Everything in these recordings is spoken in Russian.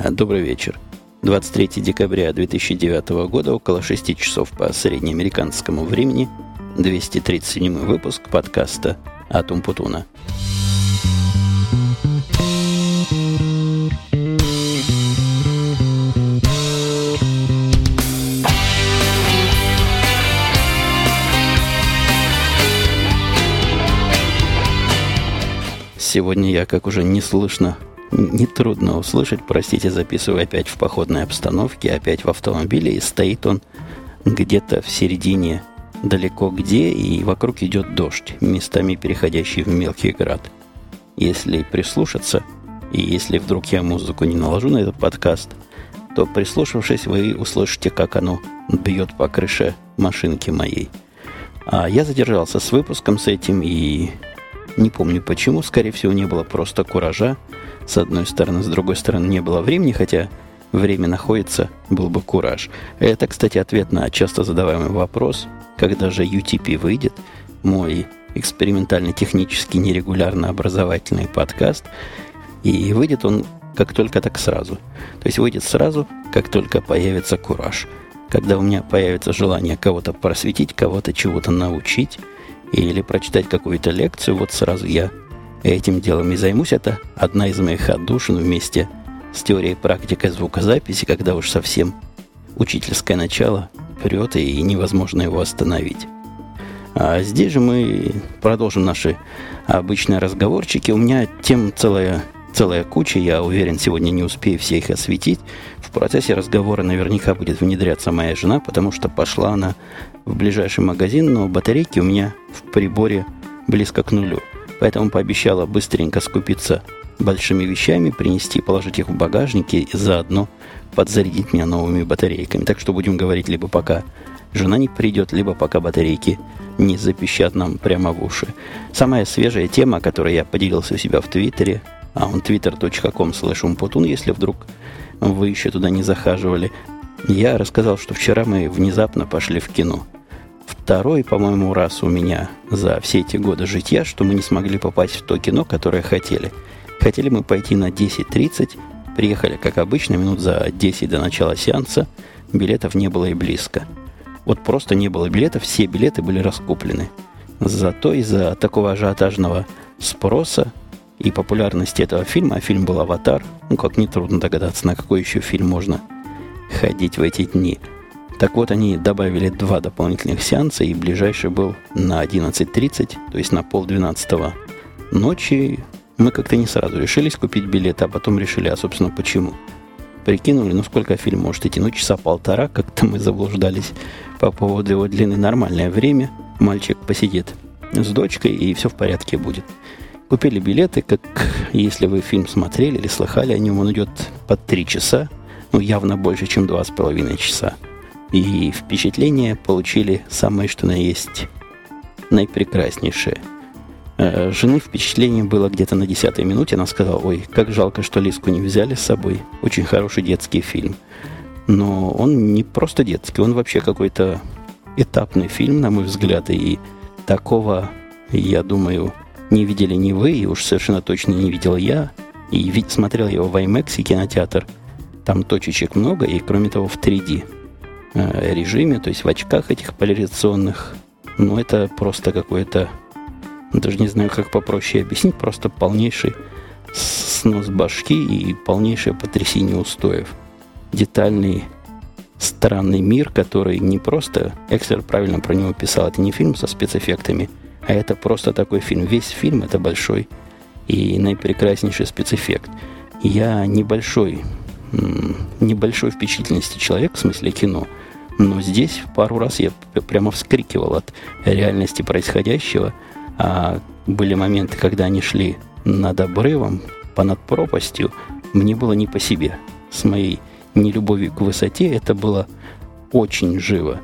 Добрый вечер. 23 декабря 2009 года, около 6 часов по среднеамериканскому времени, 237 выпуск подкаста «Атум Путуна». Сегодня я, как уже нетрудно услышать, простите, записываю опять в походной обстановке, опять в автомобиле, и стоит он где-то в середине, далеко где, и вокруг идет дождь, местами переходящий в мелкий град. Если прислушаться, и если вдруг я музыку не наложу на этот подкаст, то, прислушавшись, вы услышите, как оно бьет по крыше машинки моей. А я задержался с выпуском с этим, и не помню почему, скорее всего, не было просто куража. С одной стороны, с другой стороны, не было времени, хотя время находится, был бы кураж. Это, кстати, ответ на часто задаваемый вопрос, когда же UTP выйдет, мой экспериментально-технический нерегулярно-образовательный подкаст, и выйдет он как только, так сразу. То есть выйдет сразу, как только появится кураж. Когда у меня появится желание кого-то просветить, кого-то чего-то научить, или прочитать какую-то лекцию, вот сразу я этим делом и займусь. Это одна из моих отдушин вместе с теорией и практикой звукозаписи, когда уж совсем учительское начало прет, и невозможно его остановить. А здесь же мы продолжим наши обычные разговорчики. У меня тем целая куча, я уверен, сегодня не успею все их осветить. В процессе разговора наверняка будет внедряться моя жена, потому что пошла она в ближайший магазин, но батарейки у меня в приборе близко к нулю. Поэтому пообещала быстренько скупиться большими вещами, принести, положить их в багажник и заодно подзарядить меня новыми батарейками. Так что будем говорить либо пока жена не придет, либо пока батарейки не запищат нам прямо в уши. Самая свежая тема, которой я поделился у себя в Твиттере, а он twitter.com/umputun, если вдруг вы еще туда не захаживали, я рассказал, что вчера мы внезапно пошли в кино. Второй, по-моему, раз у меня за все эти годы житья, что мы не смогли попасть в то кино, которое хотели. Хотели мы пойти на 10:30, приехали, как обычно, минут за 10 до начала сеанса, билетов не было и близко. Вот просто не было билетов, все билеты были раскуплены. Зато из-за такого ажиотажного спроса и популярности этого фильма, а фильм был «Аватар», как нетрудно догадаться, на какой еще фильм можно ходить в эти дни. Так вот, они добавили 2 дополнительных сеанса, и ближайший был на 11:30, то есть на 11:30 ночи. Мы как-то не сразу решились купить билеты, а потом решили, а, собственно, почему. Прикинули, сколько фильм может идти? Часа полтора, как-то мы заблуждались по поводу его длины. Нормальное время, мальчик посидит с дочкой, и все в порядке будет. Купили билеты, как если вы фильм смотрели или слыхали о нем, он идет под 3 часа, явно больше, чем 2,5 часа. И впечатления получили самое, что на есть, наипрекраснейшее. Жены впечатление было где-то на 10-й минуте. Она сказала: ой, как жалко, что Лиску не взяли с собой. Очень хороший детский фильм. Но он не просто детский, он вообще какой-то этапный фильм, на мой взгляд. И такого, я думаю, не видели ни вы, и уж совершенно точно не видел я. И смотрел его в IMAX кинотеатр. Там точечек много, и кроме того в 3D режиме, то есть в очках этих поляризационных. Это просто какой-то, даже не знаю, как попроще объяснить, просто полнейший снос башки и полнейшее потрясение устоев. Детальный, странный мир, который не просто... Экслер правильно про него писал, это не фильм со спецэффектами, а это просто такой фильм. Весь фильм — это большой и наипрекраснейший спецэффект. Я небольшой впечатлительности человек, в смысле кино, но здесь пару раз я прямо вскрикивал от реальности происходящего. А были моменты, когда они шли над обрывом, понад пропастью, мне было не по себе. С моей нелюбовью к высоте это было очень живо.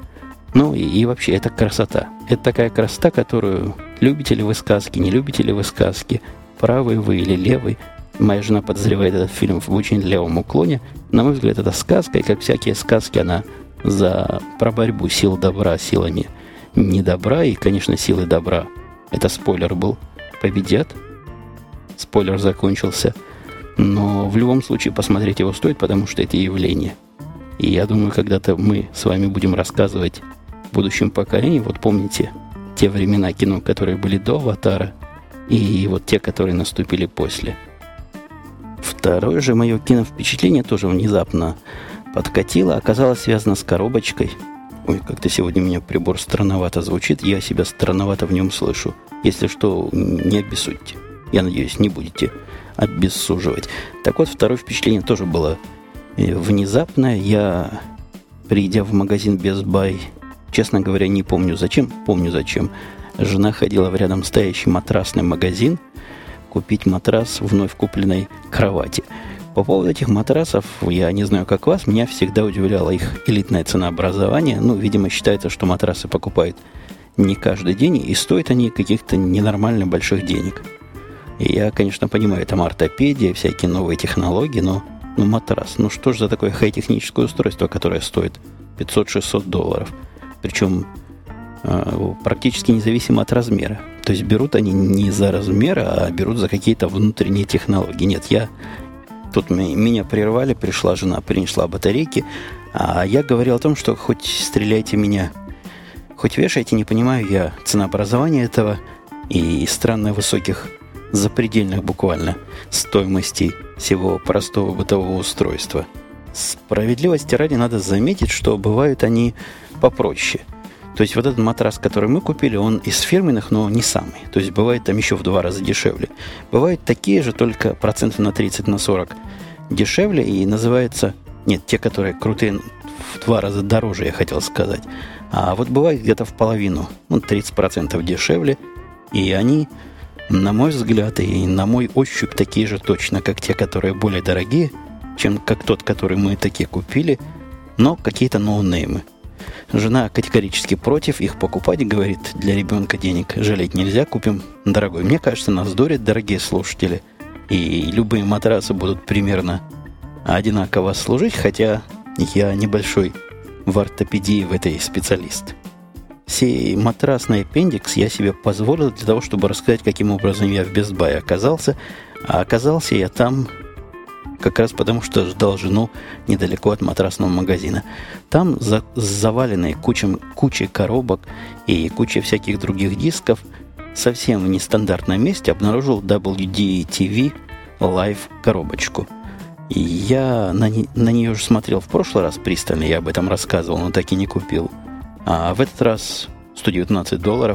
И вообще, это красота. Это такая красота, которую любите ли вы сказки, не любите ли вы сказки, правый вы или левый. Моя жена подозревает этот фильм в очень левом уклоне. На мой взгляд, это сказка, и как всякие сказки, она про борьбу сил добра силами недобра, и, конечно, силы добра, это спойлер был, победят. Спойлер закончился. Но в любом случае посмотреть его стоит, потому что это явление. И я думаю, когда-то мы с вами будем рассказывать будущему поколению. Вот помните те времена кино, которые были до «Аватара», и вот те, которые наступили после. Второе же мое киновпечатление тоже внезапно подкатило, оказалось связано с коробочкой. Ой, как-то сегодня у меня прибор странновато звучит, я себя странновато в нем слышу. Если что, не обессудьте. Я надеюсь, не будете обессуживать. Так вот, второе впечатление тоже было внезапное. Я, придя в магазин Best Buy, честно говоря, не помню зачем. Помню зачем. Жена ходила в рядом стоящий матрасный магазин купить матрас вновь купленной кровати. По поводу этих матрасов, я не знаю, как вас, меня всегда удивляло их элитное ценообразование. Ну, видимо, считается, что матрасы покупают не каждый день, и стоят они каких-то ненормально больших денег. И я, конечно, понимаю, там ортопедия, всякие новые технологии, но матрас. Ну, что же за такое хай-техническое устройство, которое стоит $500-600? Причем практически независимо от размера. То есть берут они не за размер, а берут за какие-то внутренние технологии. Нет, тут меня прервали, пришла жена, принесла батарейки, а я говорил о том, что хоть стреляйте меня, хоть вешайте, не понимаю я ценообразования этого и странно высоких, запредельных буквально стоимостей всего простого бытового устройства. Справедливости ради надо заметить, что бывают они попроще. То есть вот этот матрас, который мы купили, он из фирменных, но не самый. То есть бывает там еще в 2 раза дешевле. Бывают такие же, только процентов на 30-40 дешевле. И называется... Нет, те, которые крутые, в 2 раза дороже, я хотел сказать. А вот бывает где-то в половину, 30% дешевле. И они, на мой взгляд, и на мой ощупь такие же точно, как те, которые более дорогие, чем как тот, который мы такие купили, но какие-то ноунеймы. Жена категорически против их покупать, говорит, для ребенка денег жалеть нельзя, купим дорогой. Мне кажется, нас дурят, дорогие слушатели, и любые матрасы будут примерно одинаково служить, хотя я небольшой в ортопедии в этой специалист. Сей матрасный аппендикс я себе позволил для того, чтобы рассказать, каким образом я в Best Buy оказался. А оказался я там как раз потому, что ждал жену недалеко от матрасного магазина. Там заваленные кучей коробок и кучей всяких других дисков совсем в нестандартном месте обнаружил WD-TV Live коробочку. И я на нее уже смотрел в прошлый раз пристально, я об этом рассказывал, но так и не купил. А в этот раз $119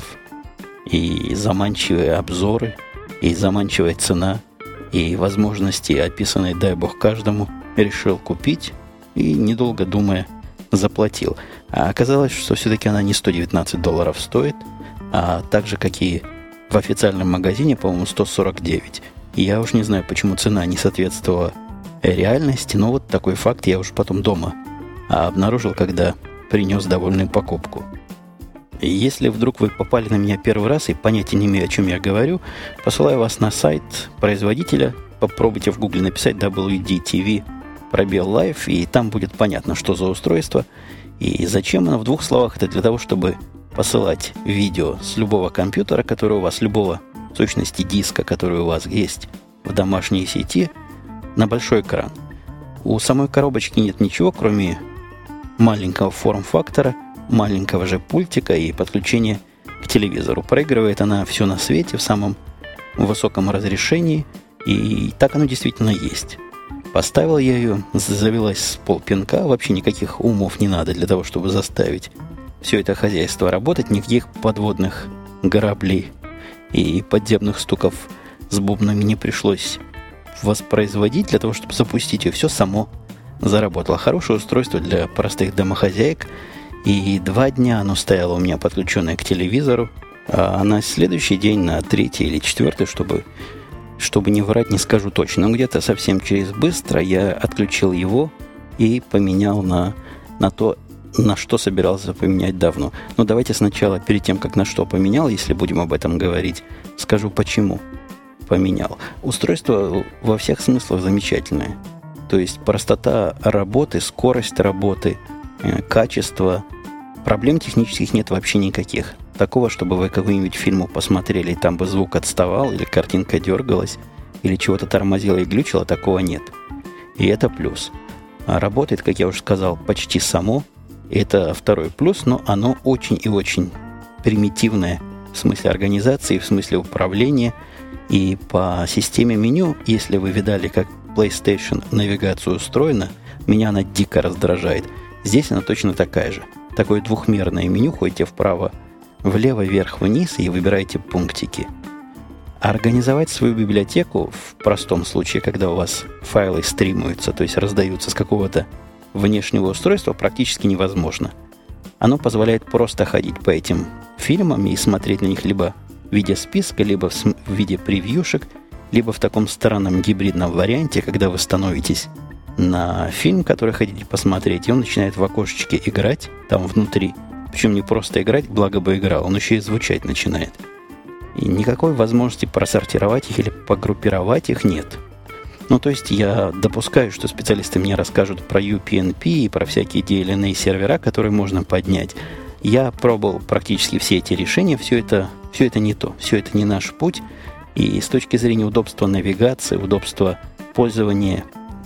и заманчивые обзоры, и заманчивая цена, и возможности, описанные, дай бог, каждому, решил купить и, недолго думая, заплатил. А оказалось, что все-таки она не $119 стоит, а так же, как и в официальном магазине, по-моему, $149. И я уж не знаю, почему цена не соответствовала реальности, но вот такой факт я уже потом дома обнаружил, когда принес довольную покупку. И если вдруг вы попали на меня первый раз и понятия не имею, о чем я говорю, посылаю вас на сайт производителя. Попробуйте в Гугле написать WD-TV Live, и там будет понятно, что за устройство и зачем оно. В 2 словах, это для того, чтобы посылать видео с любого компьютера, который у вас, любого, в сущности, диска, который у вас есть в домашней сети, на большой экран. У самой коробочки нет ничего, кроме маленького форм-фактора, маленького же пультика и подключения к телевизору. Проигрывает она все на свете в самом высоком разрешении, и так оно действительно есть. Поставил я ее, завелась с полпинка, вообще никаких умов не надо для того, чтобы заставить все это хозяйство работать, никаких подводных граблей и подземных стуков с бубнами не пришлось воспроизводить для того, чтобы запустить ее. Все само заработало. Хорошее устройство для простых домохозяек. И 2 дня оно стояло у меня подключенное к телевизору, а на следующий день, на 3-й или 4-й, чтобы не врать, не скажу точно, но где-то совсем через быстро я отключил его и поменял на то, на что собирался поменять давно. Но давайте сначала, перед тем, как на что поменял, если будем об этом говорить, скажу, почему поменял. Устройство во всех смыслах замечательное. То есть простота работы, скорость работы, качество. Проблем технических нет вообще никаких. Такого, чтобы вы какой-нибудь фильм посмотрели, и там бы звук отставал, или картинка дергалась, или чего-то тормозило и глючило, такого нет. И это плюс. Работает, как я уже сказал, почти само. Это второй плюс, но оно очень и очень примитивное в смысле организации, в смысле управления. И по системе меню, если вы видали, как PlayStation навигацию устроена, меня она дико раздражает. Здесь она точно такая же. Такое двухмерное меню, ходите вправо, влево, вверх, вниз и выбираете пунктики. А организовать свою библиотеку в простом случае, когда у вас файлы стримуются, то есть раздаются с какого-то внешнего устройства, практически невозможно. Оно позволяет просто ходить по этим фильмам и смотреть на них либо в виде списка, либо в виде превьюшек, либо в таком странном гибридном варианте, когда вы становитесь на фильм, который хотите посмотреть, и он начинает в окошечке играть там внутри. Причем не просто играть, благо бы играл, он еще и звучать начинает. И никакой возможности просортировать их или погруппировать их нет. Ну, то есть я допускаю, что специалисты мне расскажут про UPnP и про всякие DLNA сервера, которые можно поднять. Я пробовал практически все эти решения, все это не то, все это не наш путь. И с точки зрения удобства навигации, удобства пользования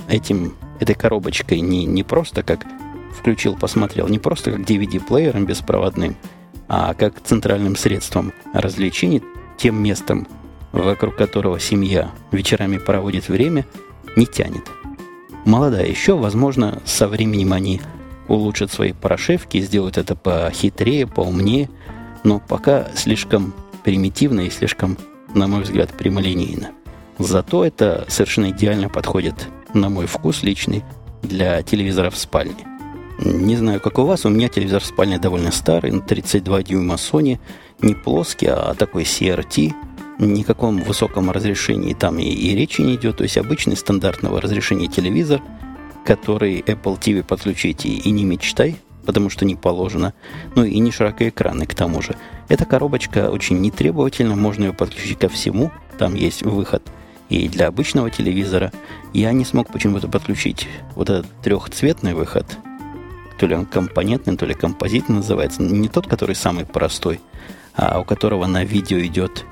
этой коробочкой не просто как включил, посмотрел, не просто как DVD-плеером беспроводным, а как центральным средством развлечений, тем местом, вокруг которого семья вечерами проводит время, не тянет. Молодая еще, возможно, со временем они улучшат свои прошивки, сделают это похитрее, поумнее, но пока слишком примитивно и слишком, на мой взгляд, прямолинейно. Зато это совершенно идеально подходит, на мой вкус личный, для телевизора в спальне. Не знаю, как у вас, у меня телевизор в спальне довольно старый, на 32 дюйма Sony, не плоский, а такой CRT, никаком высоком разрешении там и речи не идет, то есть обычный стандартного разрешения телевизор, который Apple TV подключить и не мечтай, потому что не положено, ну и не широкоэкранный к тому же. Эта коробочка очень нетребовательна, можно ее подключить ко всему, там есть выход и для обычного телевизора. Я не смог почему-то подключить вот этот трехцветный выход, то ли он компонентный, то ли композитный называется, не тот, который самый простой, а у которого на видео идет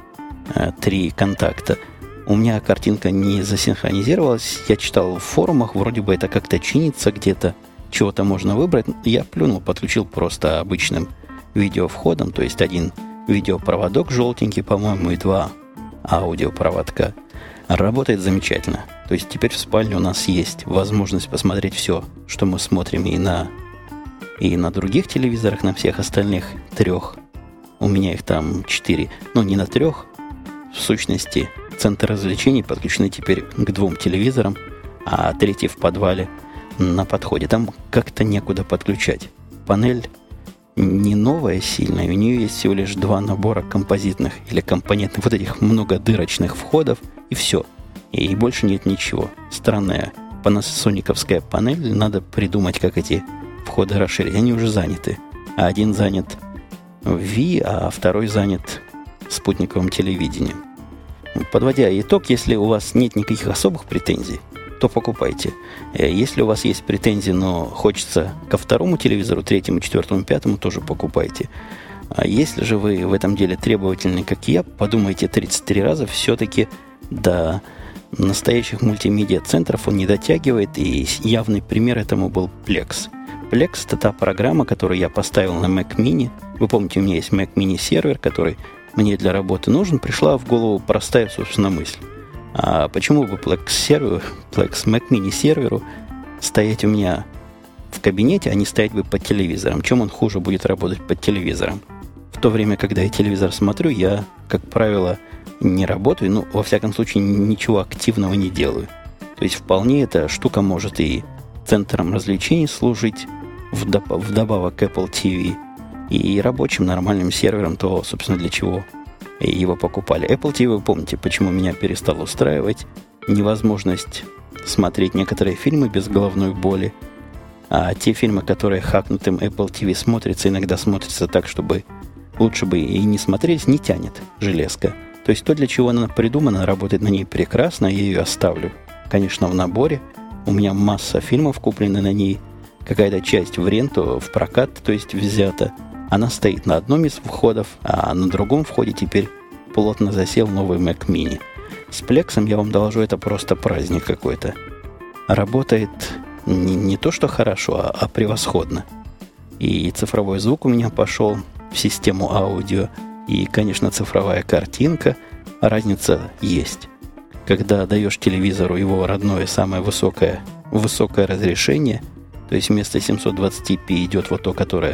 3 контакта. У меня картинка не засинхронизировалась. Я читал в форумах, вроде бы это как-то чинится где-то, чего-то можно выбрать. Я плюнул, подключил просто обычным видеовходом, то есть один видеопроводок желтенький, по-моему, и 2 аудиопроводка. Работает замечательно. То есть теперь в спальне у нас есть возможность посмотреть все, что мы смотрим и на других телевизорах, на всех остальных 3. У меня их там 4. Ну, не на 3. В сущности, центр развлечений подключены теперь к 2 телевизорам, а 3 в подвале на подходе. Там как-то некуда подключать. Панель не новая сильная, у нее есть всего лишь 2 набора композитных или компонентных, вот этих многодырочных входов, и все. И больше нет ничего. Странная панасониковская панель, надо придумать, как эти входы расширить. Они уже заняты. Один занят V, а второй занят спутниковым телевидением. Подводя итог, если у вас нет никаких особых претензий, то покупайте. Если у вас есть претензии, но хочется ко 2 телевизору, 3, 4, 5, тоже покупайте. А если же вы в этом деле требовательны, как я, подумайте 33 раза, все-таки до настоящих мультимедиа-центров он не дотягивает, и явный пример этому был Plex. Plex – это та программа, которую я поставил на Mac Mini. Вы помните, у меня есть Mac Mini сервер, который мне для работы нужен. Пришла в голову простая, собственно, мысль. А почему бы Plex Mac Mini серверу стоять у меня в кабинете, а не стоять бы под телевизором? Чем он хуже будет работать под телевизором? В то время, когда я телевизор смотрю, я, как правило, не работаю, ну, во всяком случае, ничего активного не делаю. То есть, вполне эта штука может и центром развлечений служить, вдобавок к Apple TV, и рабочим нормальным сервером, то, собственно, для чего его покупали. Apple TV, вы помните, почему меня перестал устраивать. Невозможность смотреть некоторые фильмы без головной боли. А те фильмы, которые хакнутым Apple TV смотрятся, иногда смотрятся так, чтобы лучше бы и не смотреть, не тянет железка. То есть то, для чего она придумана, работает на ней прекрасно, я ее оставлю, конечно, в наборе. У меня масса фильмов куплены на ней, какая-то часть в ренту, в прокат, то есть взята. Она стоит на одном из входов, а на другом входе теперь плотно засел новый Mac Mini. С Плексом, я вам доложу, это просто праздник какой-то. Работает не то, что хорошо, а превосходно. И цифровой звук у меня пошел в систему аудио, и, конечно, цифровая картинка. Разница есть. Когда даешь телевизору его родное самое высокое разрешение, то есть вместо 720p идет вот то, которое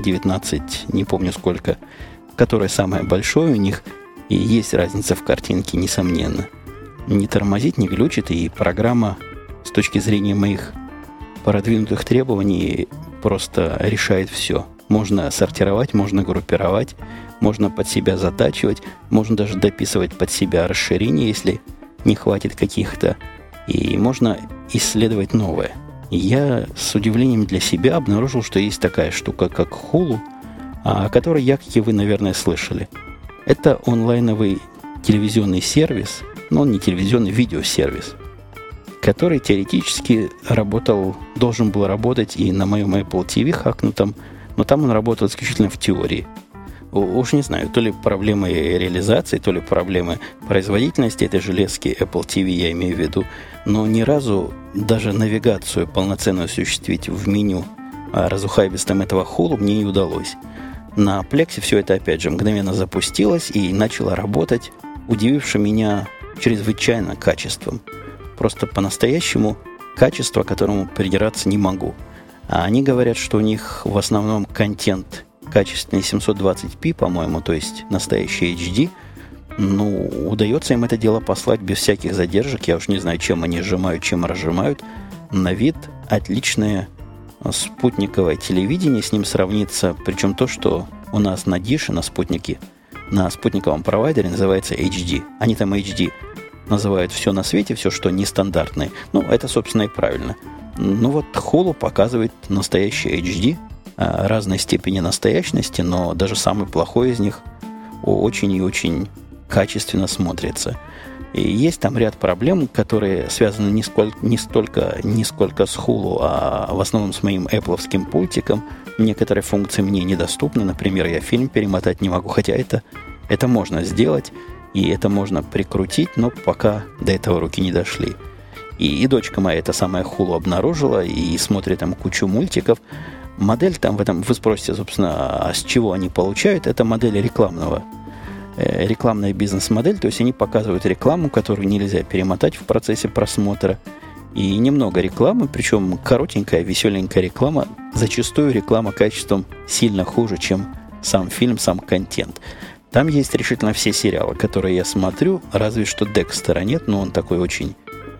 19, не помню сколько, которое самое большое у них, и есть разница в картинке, несомненно. Не тормозит, не глючит, и программа с точки зрения моих продвинутых требований просто решает все. Можно сортировать, можно группировать, можно под себя затачивать, можно даже дописывать под себя расширения, если не хватит каких-то, и можно исследовать новое. И я с удивлением для себя обнаружил, что есть такая штука, как Hulu, о которой я, как и вы, наверное, слышали. Это онлайновый телевизионный сервис, но он не телевизионный, видеосервис, который теоретически должен был работать и на моем Apple TV хакнутом, но там он работал исключительно в теории. Уж не знаю, то ли проблемы реализации, то ли проблемы производительности этой железки Apple TV, я имею в виду, но ни разу даже навигацию полноценно осуществить в меню разухабистом этого Hulu мне не удалось. На Plex все это, опять же, мгновенно запустилось и начало работать, удививши меня чрезвычайно качеством. Просто по-настоящему качество, к которому придираться не могу. А они говорят, что у них в основном контент качественный 720p, по-моему, то есть настоящий HD. Ну, удается им это дело послать без всяких задержек. Я уж не знаю, чем они сжимают, чем разжимают. На вид отличное спутниковое телевидение, с ним сравнится. Причем то, что у нас на Дише, на спутнике, на спутниковом провайдере называется HD. Они там HD называют все на свете, все, что нестандартное. Ну, это, собственно, и правильно. Ну вот Hulu показывает настоящий HD, разной степени настоящности, но даже самый плохой из них очень и очень качественно смотрится. И есть там ряд проблем, которые связаны не сколько с Hulu, а в основном с моим Apple'овским пультиком. Некоторые функции мне недоступны. Например, я фильм перемотать не могу, хотя это можно сделать, и это можно прикрутить, но пока до этого руки не дошли. И дочка моя это самое Hulu обнаружила и смотрит там кучу мультиков. Модель там вы спросите, собственно, а с чего они получают? Это модель рекламная бизнес-модель, то есть они показывают рекламу, которую нельзя перемотать в процессе просмотра. И немного рекламы, причем коротенькая, веселенькая реклама, зачастую реклама качеством сильно хуже, чем сам фильм, сам контент. Там есть решительно все сериалы, которые я смотрю, разве что Декстера нет, но он такой очень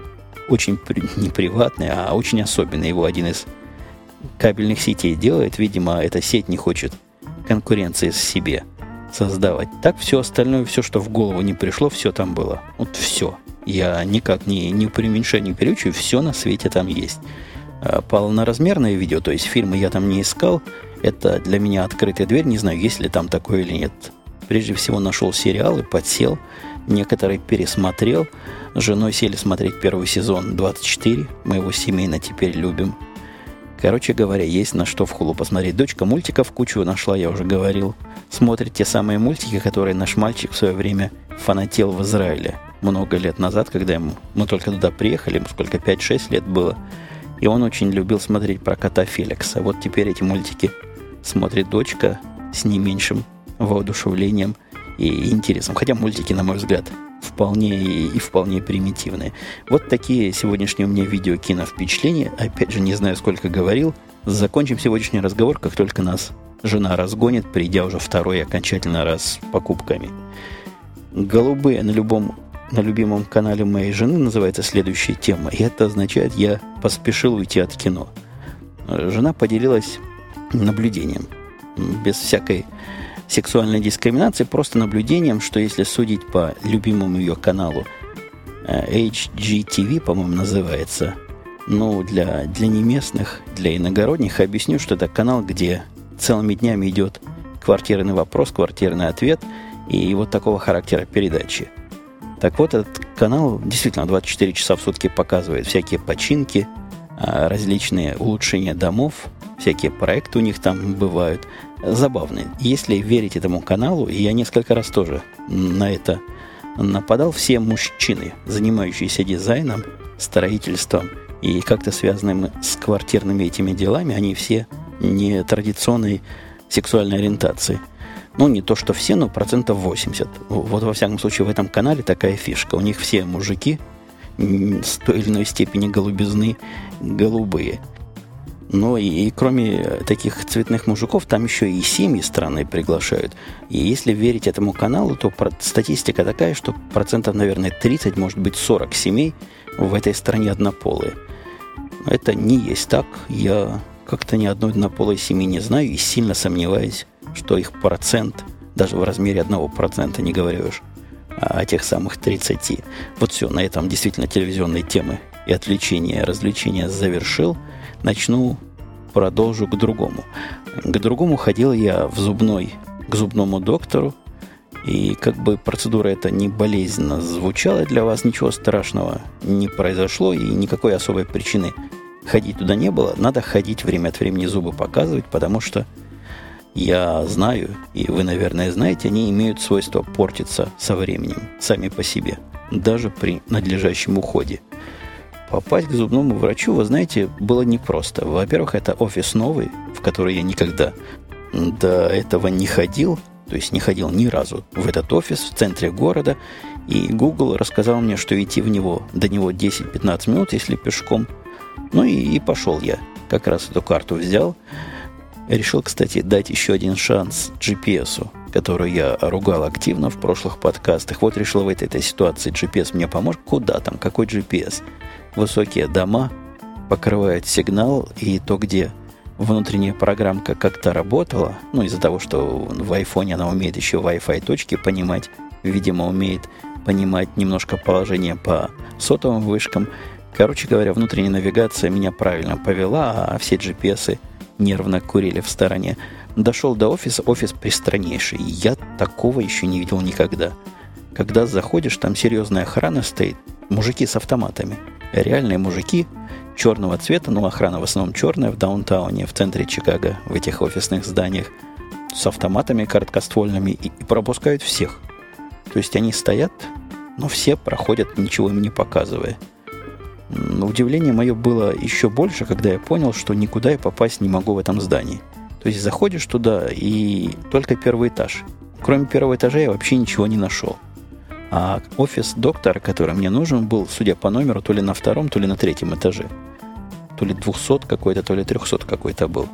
не приватный, а очень особенный. Его один из кабельных сетей делает. Видимо, эта сеть не хочет конкуренции с себе создавать. Так все остальное, все, что в голову не пришло, все там было. Вот все. Я никак не преуменьшаю, не переучиваю, все на свете там есть. Полноразмерное видео, то есть фильмы я там не искал. Это для меня открытая дверь. Не знаю, есть ли там такое или нет. Прежде всего нашел сериалы, подсел. Некоторые пересмотрел. С женой сели смотреть первый сезон 24. Мы его семейно теперь любим. Короче говоря, есть на что в Hulu посмотреть. Дочка мультиков кучу нашла, я уже говорил. Смотрит те самые мультики, которые наш мальчик в свое время фанател в Израиле. Много лет назад, когда мы только туда приехали, ему сколько, 5-6 лет было. И он очень любил смотреть про кота Феликса. Вот теперь эти мультики смотрит дочка с не меньшим воодушевлением и интересом. Хотя мультики, на мой взгляд, вполне примитивные. Вот такие сегодняшние у меня видео-кино-впечатления. Опять же, не знаю, сколько говорил. Закончим сегодняшний разговор, как только нас жена разгонит, придя уже второй окончательно раз с покупками. «Голубые» на любимом канале моей жены называется следующая тема. И это означает, я поспешил уйти от кино. Жена поделилась наблюдением. Без всякой сексуальной дискриминации, просто наблюдением, что если судить по любимому ее каналу HGTV, по-моему, называется, ну, для неместных, для иногородних, объясню, что это канал, где целыми днями идет квартирный вопрос, квартирный ответ и вот такого характера передачи. Так вот, этот канал действительно 24 часа в сутки показывает всякие починки, различные улучшения домов, всякие проекты у них там бывают. Забавные. Если верить этому каналу, и я несколько раз тоже на это нападал, все мужчины, занимающиеся дизайном, строительством и как-то связанным с квартирными этими делами, они все не традиционной сексуальной ориентации. Ну, не то, что все, но 80%. Вот, во всяком случае, в этом канале такая фишка. У них все мужики с той или иной степени голубизны голубые. Но и кроме таких цветных мужиков, там еще и семьи странные приглашают. И если верить этому каналу, то статистика такая, что процентов, наверное, 30, может быть, 40 семей в этой стране однополые. Это не есть так. Я как-то ни одной однополой семьи не знаю и сильно сомневаюсь, что их процент, даже в размере 1%, не говорю уж о тех самых 30. Вот все, на этом действительно телевизионные темы и отвлечения, развлечения завершил. Продолжу к другому. К другому ходил я к зубному доктору, и как бы процедура эта не болезненно звучала для вас, ничего страшного не произошло, и никакой особой причины ходить туда не было. Надо ходить время от времени зубы показывать, потому что я знаю, и вы, наверное, знаете, они имеют свойство портиться со временем, сами по себе, даже при надлежащем уходе. Попасть к зубному врачу, вы знаете, было непросто. Во-первых, это офис новый, в который я никогда до этого не ходил, то есть не ходил ни разу в этот офис в центре города, и Google рассказал мне, что идти до него 10-15 минут, если пешком. Ну и пошел я. Как раз эту карту взял. Решил, кстати, дать еще один шанс GPS, который я ругал активно в прошлых подкастах. Вот решил в этой ситуации GPS мне поможет. Куда там? Какой GPS? Высокие дома покрывают сигнал, и то, где внутренняя программка как-то работала, ну, из-за того, что в айфоне она умеет еще Wi-Fi точки понимать, видимо, умеет понимать немножко положение по сотовым вышкам. Короче говоря, внутренняя навигация меня правильно повела, а все GPS-ы нервно курили в стороне. Дошел до офиса, офис пристраннейший. Я такого еще не видел никогда. Когда заходишь, там серьезная охрана стоит, мужики с автоматами. Реальные мужики черного цвета, ну, охрана в основном черная в даунтауне, в центре Чикаго, в этих офисных зданиях, с автоматами короткоствольными и пропускают всех. То есть они стоят, но все проходят, ничего им не показывая. Но удивление мое было еще больше, когда я понял, что никуда я попасть не могу в этом здании. То есть заходишь туда, и только первый этаж. Кроме первого этажа я вообще ничего не нашел. А офис доктора, который мне нужен был, судя по номеру, то ли на втором, то ли на третьем этаже. То ли 200 какой-то, то ли 300 какой-то был.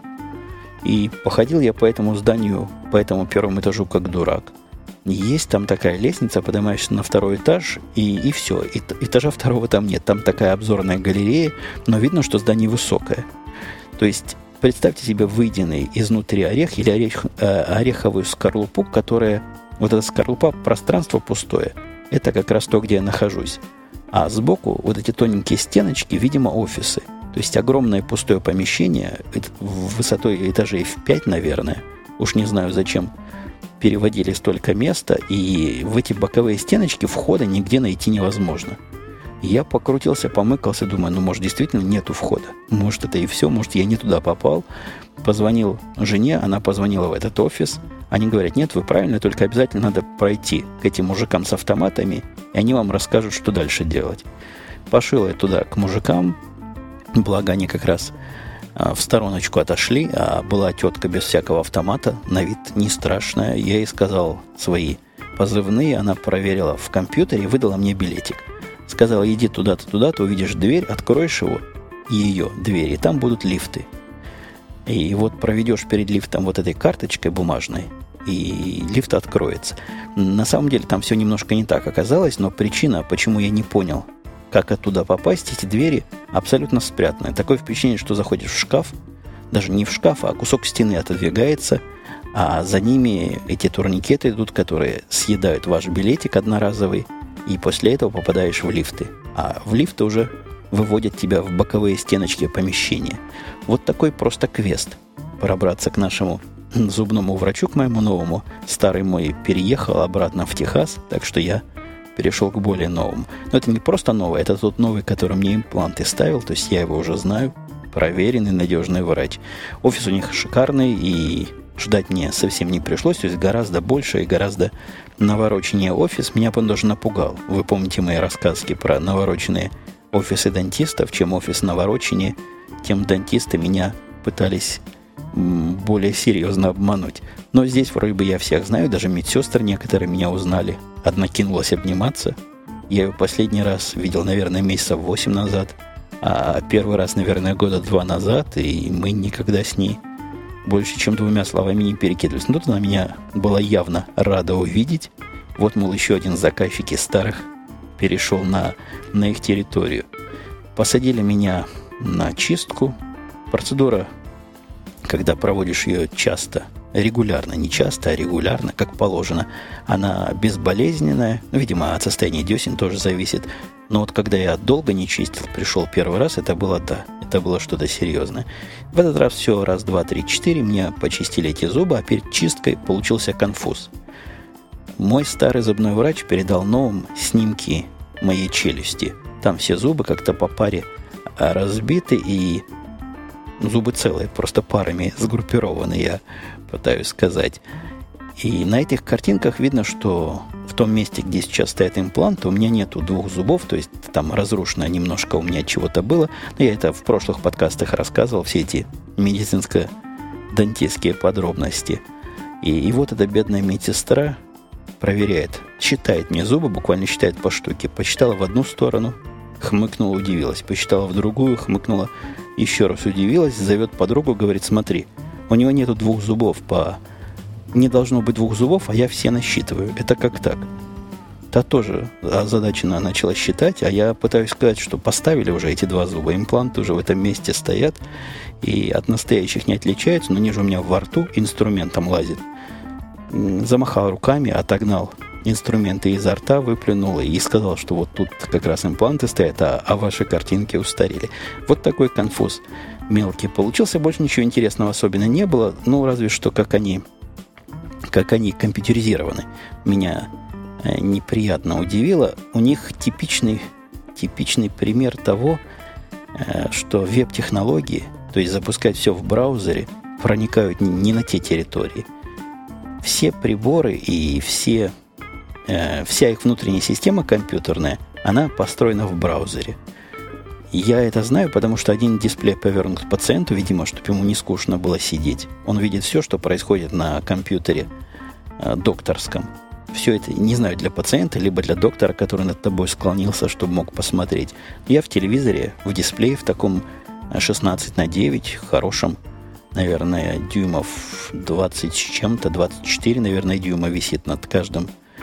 И походил я по этому зданию, по этому первому этажу, как дурак. Есть там такая лестница, поднимаешься на второй этаж, и все. Этажа второго там нет. Там такая обзорная галерея, но видно, что здание высокое. То есть представьте себе выеденный изнутри орех или ореховую скорлупу, которая... Вот эта скорлупа, пространство пустое. Это как раз то, где я нахожусь. А сбоку вот эти тоненькие стеночки, видимо, офисы. То есть огромное пустое помещение, высотой этажей в 5, наверное. Уж не знаю, зачем переводили столько места. И в эти боковые стеночки входа нигде найти невозможно. Я покрутился, помыкался, думаю, ну, может, действительно нету входа. Может, это и все, может, я не туда попал. Позвонил жене, она позвонила в этот офис. Они говорят, нет, вы правильно, только обязательно надо пройти к этим мужикам с автоматами, и они вам расскажут, что дальше делать. Пошел я туда к мужикам, благо они как раз в стороночку отошли, а была тетка без всякого автомата, на вид не страшная. Я ей сказал свои позывные, она проверила в компьютере и выдала мне билетик. Сказала, иди туда-то, туда-то, увидишь дверь, откроешь его, и ее дверь, и там будут лифты. И вот проведешь перед лифтом вот этой карточкой бумажной, и лифт откроется. На самом деле там все немножко не так оказалось, но причина, почему я не понял, как оттуда попасть, эти двери абсолютно спрятаны. Такое впечатление, что заходишь в шкаф, даже не в шкаф, а кусок стены отодвигается, а за ними эти турникеты идут, которые съедают ваш билетик одноразовый, и после этого попадаешь в лифты. А в лифты уже выводят тебя в боковые стеночки помещения. Вот такой просто квест. Пробраться к нашему зубному врачу, к моему новому. Старый мой переехал обратно в Техас, так что я перешел к более новому. Но это не просто новый, это тот новый, который мне импланты ставил, то есть я его уже знаю. Проверенный, надежный врач. Офис у них шикарный, и ждать мне совсем не пришлось, то есть гораздо больше и гораздо навороченнее офис. Меня он даже напугал. Вы помните мои рассказки про навороченные офисы дантистов. Чем офис навороченнее, тем дантисты меня пытались более серьезно обмануть. Но здесь вроде бы я всех знаю, даже медсестры некоторые меня узнали. Одна кинулась обниматься. Я ее последний раз видел, наверное, месяцев 8 назад, а первый раз, наверное, года 2 назад, и мы никогда с ней больше, чем 2 словами не перекидывались. Но тут она меня была явно рада увидеть. Вот, мол, еще один заказчик из старых перешел на их территорию. Посадили меня на чистку. Процедура, когда проводишь ее часто, регулярно, не часто, а регулярно, как положено, она безболезненная. Ну, видимо, от состояния десен тоже зависит. Но вот когда я долго не чистил, пришел первый раз, это было это было что-то серьезное. В этот раз все, раз, два, три, 4, мне почистили эти зубы, а перед чисткой получился конфуз. Мой старый зубной врач передал новым снимки моей челюсти. Там все зубы как-то по паре разбиты, и зубы целые, просто парами сгруппированы, я пытаюсь сказать. И на этих картинках видно, что в том месте, где сейчас стоят импланты, у меня нету 2 зубов, то есть там разрушено немножко у меня чего-то было. Но я это в прошлых подкастах рассказывал, все эти медицинско-дантистские подробности. И вот эта бедная медсестра проверяет, считает мне зубы, буквально считает по штуке. Посчитала в одну сторону, хмыкнула, удивилась. Посчитала в другую, хмыкнула, еще раз удивилась, зовет подругу, говорит: смотри, у него нету 2 зубов не должно быть 2 зубов, а я все насчитываю. Это как так? Та тоже озадаченно начала считать, а я пытаюсь сказать, что поставили уже эти 2 зуба, импланты уже в этом месте стоят и от настоящих не отличаются, но они же у меня во рту инструментом лазит. Замахал руками, отогнал инструменты изо рта, выплюнул и сказал, что вот тут как раз импланты стоят, а ваши картинки устарели. Вот такой конфуз мелкий получился. Больше ничего интересного особенно не было, ну, разве что как они компьютеризированы. Меня неприятно удивило. У них типичный пример того, что веб-технологии, то есть запускать все в браузере, проникают не на те территории. Все приборы и вся их внутренняя система компьютерная, она построена в браузере. Я это знаю, потому что один дисплей повернут к пациенту, видимо, чтобы ему не скучно было сидеть. Он видит все, что происходит на компьютере докторском. Все это, не знаю, для пациента, либо для доктора, который над тобой склонился, чтобы мог посмотреть. Я в телевизоре, в дисплее, в таком 16:9, хорошем, наверное, дюймов 20 с чем-то, 24, наверное, дюйма висит над каждым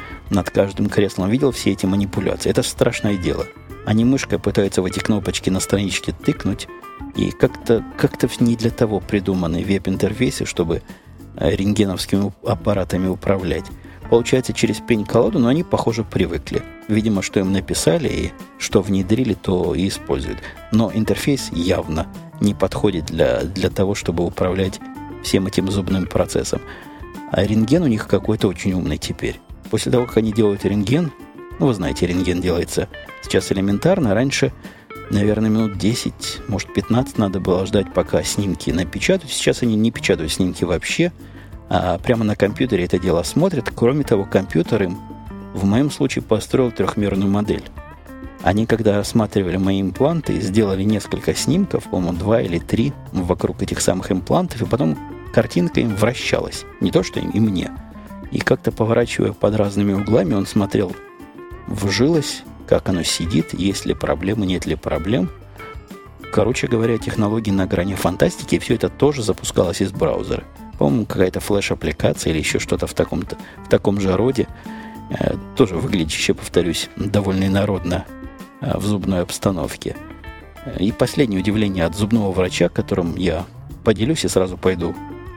креслом. Видел все эти манипуляции. Это страшное дело. Они мышкой пытаются в эти кнопочки на страничке тыкнуть, и как-то не для того придуманы веб-интерфейсы, чтобы рентгеновскими аппаратами управлять. Получается, через пень-колоду, но они, похоже, привыкли. Видимо, что им написали и что внедрили, то и используют. Но интерфейс явно не подходит для того, чтобы управлять всем этим зубным процессом. А рентген у них какой-то очень умный теперь. После того, как они делают рентген, ну, вы знаете, рентген делается сейчас элементарно. Раньше, наверное, минут 10, может, 15 надо было ждать, пока снимки напечатают. Сейчас они не печатают снимки вообще, а прямо на компьютере это дело смотрят. Кроме того, компьютер им, в моем случае, построил 3-мерную модель. Они, когда рассматривали мои импланты, сделали несколько снимков, по-моему, 2 или 3 вокруг этих самых имплантов, и потом картинка им вращалась. Не то, что им, и мне. И как-то поворачивая под разными углами, он смотрел, вжилось, как оно сидит, есть ли проблемы, нет ли проблем. Короче говоря, технологии на грани фантастики, и все это тоже запускалось из браузера. По-моему, какая-то флеш-аппликация или еще что-то в таком же роде. Тоже выглядящее, повторюсь, довольно инородно в зубной обстановке. И последнее удивление от зубного врача, которым я поделюсь и сразу пойду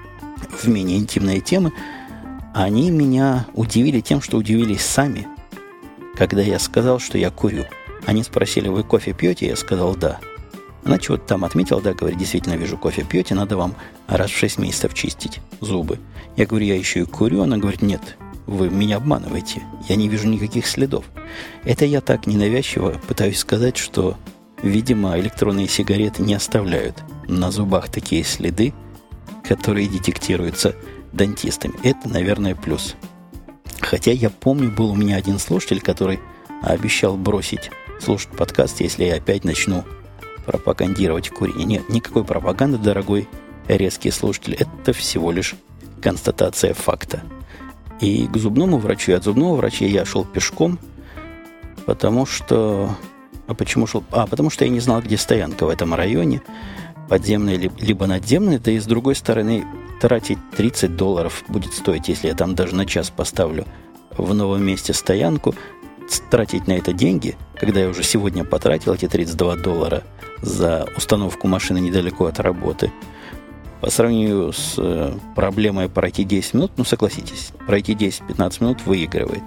в менее интимные темы. Они меня удивили тем, что удивились сами, когда я сказал, что я курю. Они спросили: вы кофе пьете? Я сказал: да. Она чего-то там отметила, да, говорит: действительно вижу, кофе пьете, надо вам раз в 6 месяцев чистить зубы. Я говорю: я еще и курю. Она говорит: нет, вы меня обманываете, я не вижу никаких следов. Это я так ненавязчиво пытаюсь сказать, что, видимо, электронные сигареты не оставляют на зубах такие следы, которые детектируются дантистами. Это, наверное, плюс. Хотя я помню, был у меня один слушатель, который обещал бросить слушать подкаст, если я опять начну пропагандировать курение. Нет, никакой пропаганды, дорогой резкий слушатель. Это всего лишь констатация факта. И к зубному врачу, и от зубного врача я шел пешком, потому что... почему шел? Потому что я не знал, где стоянка в этом районе, подземная либо надземная, да и с другой стороны тратить $30 будет стоить, если я там даже на час поставлю в новом месте стоянку, тратить на это деньги, когда я уже сегодня потратил эти $32 за установку машины недалеко от работы, по сравнению с проблемой пройти 10 минут, ну, согласитесь, пройти 10-15 минут выигрывает.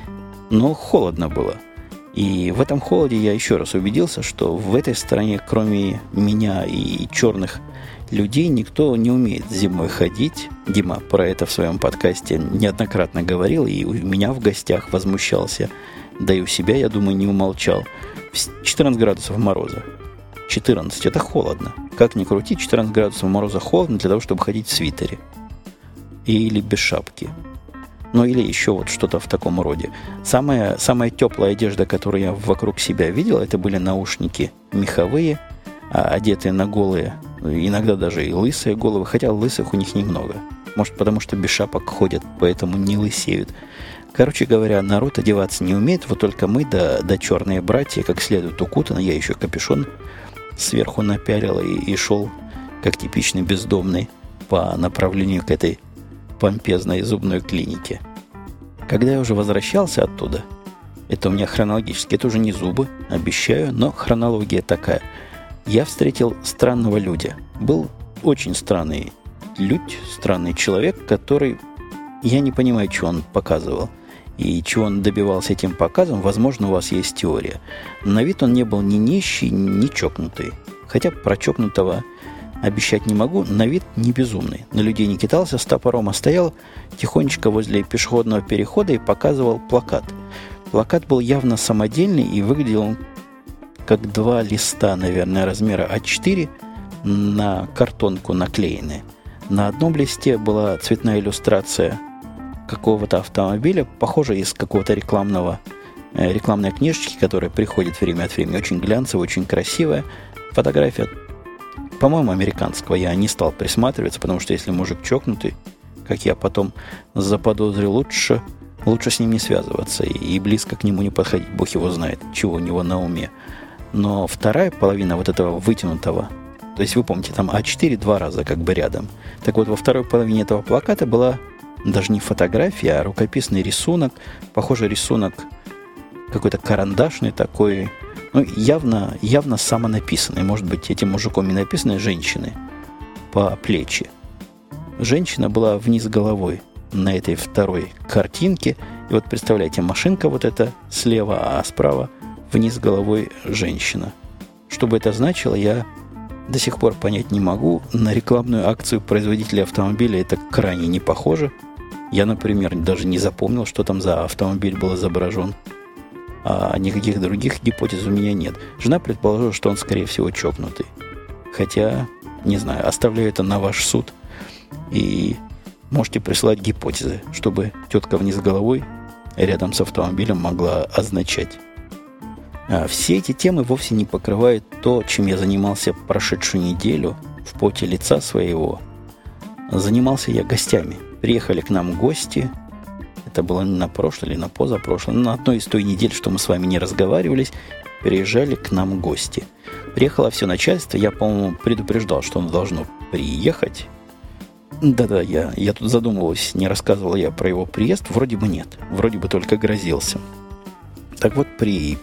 Но холодно было. И в этом холоде я еще раз убедился, что в этой стране, кроме меня и черных людей, никто не умеет зимой ходить. Дима про это в своем подкасте неоднократно говорил, и у меня в гостях возмущался, да и у себя, я думаю, не умолчал. 14 градусов мороза. 14. Это холодно. Как ни крути, 14 градусов мороза холодно для того, чтобы ходить в свитере. Или без шапки. Ну, или еще вот что-то в таком роде. Самая теплая одежда, которую я вокруг себя видел, это были наушники меховые, одетые на голые, иногда даже и лысые головы, хотя лысых у них немного. Может, потому что без шапок ходят, поэтому не лысеют. Короче говоря, народ одеваться не умеет, вот только мы, да черные братья, как следует укутаны, я еще капюшон сверху напялил и шел, как типичный бездомный, по направлению к этой помпезной зубной клинике. Когда я уже возвращался оттуда, это у меня хронологически, это уже не зубы, обещаю, но хронология такая. Я встретил странного людя. Был очень странный странный человек, который, я не понимаю, что он показывал и чего он добивался этим показом. Возможно, у вас есть теория. На вид он не был ни нищий, ни чокнутый. Хотя про чокнутого обещать не могу, на вид не безумный. На людей не кидался с топором, а стоял тихонечко возле пешеходного перехода и показывал плакат. Плакат был явно самодельный и выглядел он как 2 листа, наверное, размера А4 на картонку наклеены. На одном листе была цветная иллюстрация какого-то автомобиля, похоже, из какого-то рекламной книжечки, которая приходит время от времени. Очень глянцевая, очень красивая фотография. По-моему, американского. Я не стал присматриваться, потому что если мужик чокнутый, как я потом заподозрил, лучше с ним не связываться и близко к нему не подходить. Бог его знает, чего у него на уме. Но вторая половина вот этого вытянутого, то есть вы помните, там А4 2 раза как бы рядом. Так вот, во второй половине этого плаката была даже не фотография, а рукописный рисунок. Похоже, рисунок какой-то карандашный такой, ну, явно самонаписанный. Может быть, этим мужиком и написаны женщины по плечи. Женщина была вниз головой на этой второй картинке. И вот представляете, машинка вот эта слева, а справа вниз головой женщина. Что бы это значило, я до сих пор понять не могу. На рекламную акцию производителя автомобиля это крайне не похоже. Я, например, даже не запомнил, что там за автомобиль был изображен. А никаких других гипотез у меня нет. Жена предположила, что он, скорее всего, чокнутый. Хотя, не знаю, оставляю это на ваш суд. И можете присылать гипотезы, чтобы тетка вниз головой рядом с автомобилем могла означать. Все эти темы вовсе не покрывают то, чем я занимался прошедшую неделю в поте лица своего. Занимался я гостями. Приехали к нам гости. Это было на прошлой или на позапрошлой. На одной из той недель, что мы с вами не разговаривались, приезжали к нам гости. Приехало все начальство. Я, по-моему, предупреждал, что оно должно приехать. Да-да, я тут задумывался, не рассказывал я про его приезд. Вроде бы нет. Вроде бы только грозился. Так вот,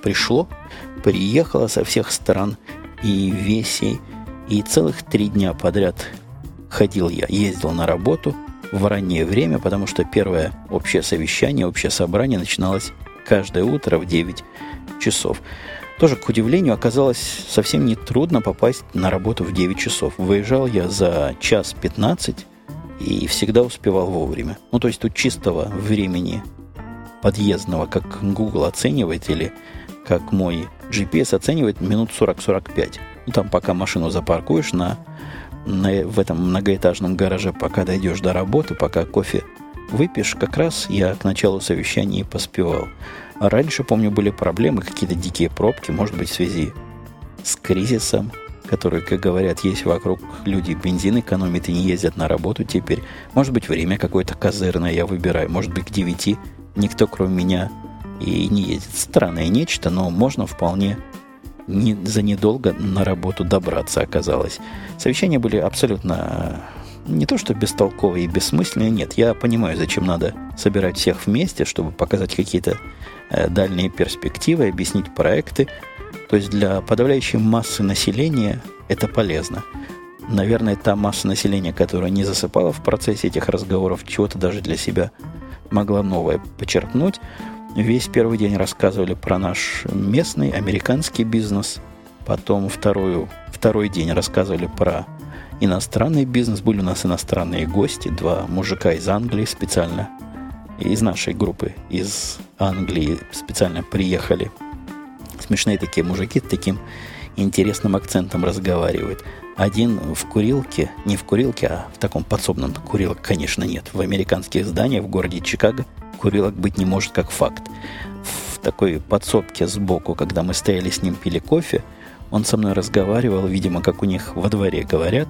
приехало со всех сторон и весей. И целых 3 дня подряд ездил на работу в раннее время, потому что первое общее совещание, общее собрание начиналось каждое утро в 9 часов. Тоже, к удивлению, оказалось совсем нетрудно попасть на работу в 9 часов. Выезжал я за 1:15 и всегда успевал вовремя. Ну, то есть тут чистого времени подъездного, как Google оценивает, или как мой GPS оценивает, минут 40-45. Ну, там пока машину запаркуешь на в этом многоэтажном гараже, пока дойдешь до работы, пока кофе выпьешь, как раз я к началу совещания поспевал. А раньше, помню, были проблемы, какие-то дикие пробки, может быть, в связи с кризисом, который, как говорят, есть вокруг, люди бензин экономят и не ездят на работу теперь. Может быть, время какое-то козырное я выбираю. Может быть, к 9 никто, кроме меня, и не ездит. Странное нечто, но можно вполне за недолго на работу добраться, оказалось. Совещания были абсолютно не то что бестолковые и бессмысленные, нет. Я понимаю, зачем надо собирать всех вместе, чтобы показать какие-то дальние перспективы, объяснить проекты. То есть для подавляющей массы населения это полезно. Наверное, та масса населения, которая не засыпала в процессе этих разговоров, чего-то даже для себя могла новое почерпнуть. Весь первый день рассказывали про наш местный американский бизнес. Потом второй день рассказывали про иностранный бизнес. Были у нас иностранные гости, 2 мужика из Англии специально, из нашей группы, из Англии специально приехали. Смешные такие мужики с таким интересным акцентом разговаривают. Один в курилке, не в курилке, а в таком подсобном. Курилок, конечно, нет. В американских зданиях в городе Чикаго курилок быть не может как факт. В такой подсобке сбоку, когда мы стояли с ним, пили кофе, он со мной разговаривал, видимо, как у них во дворе говорят.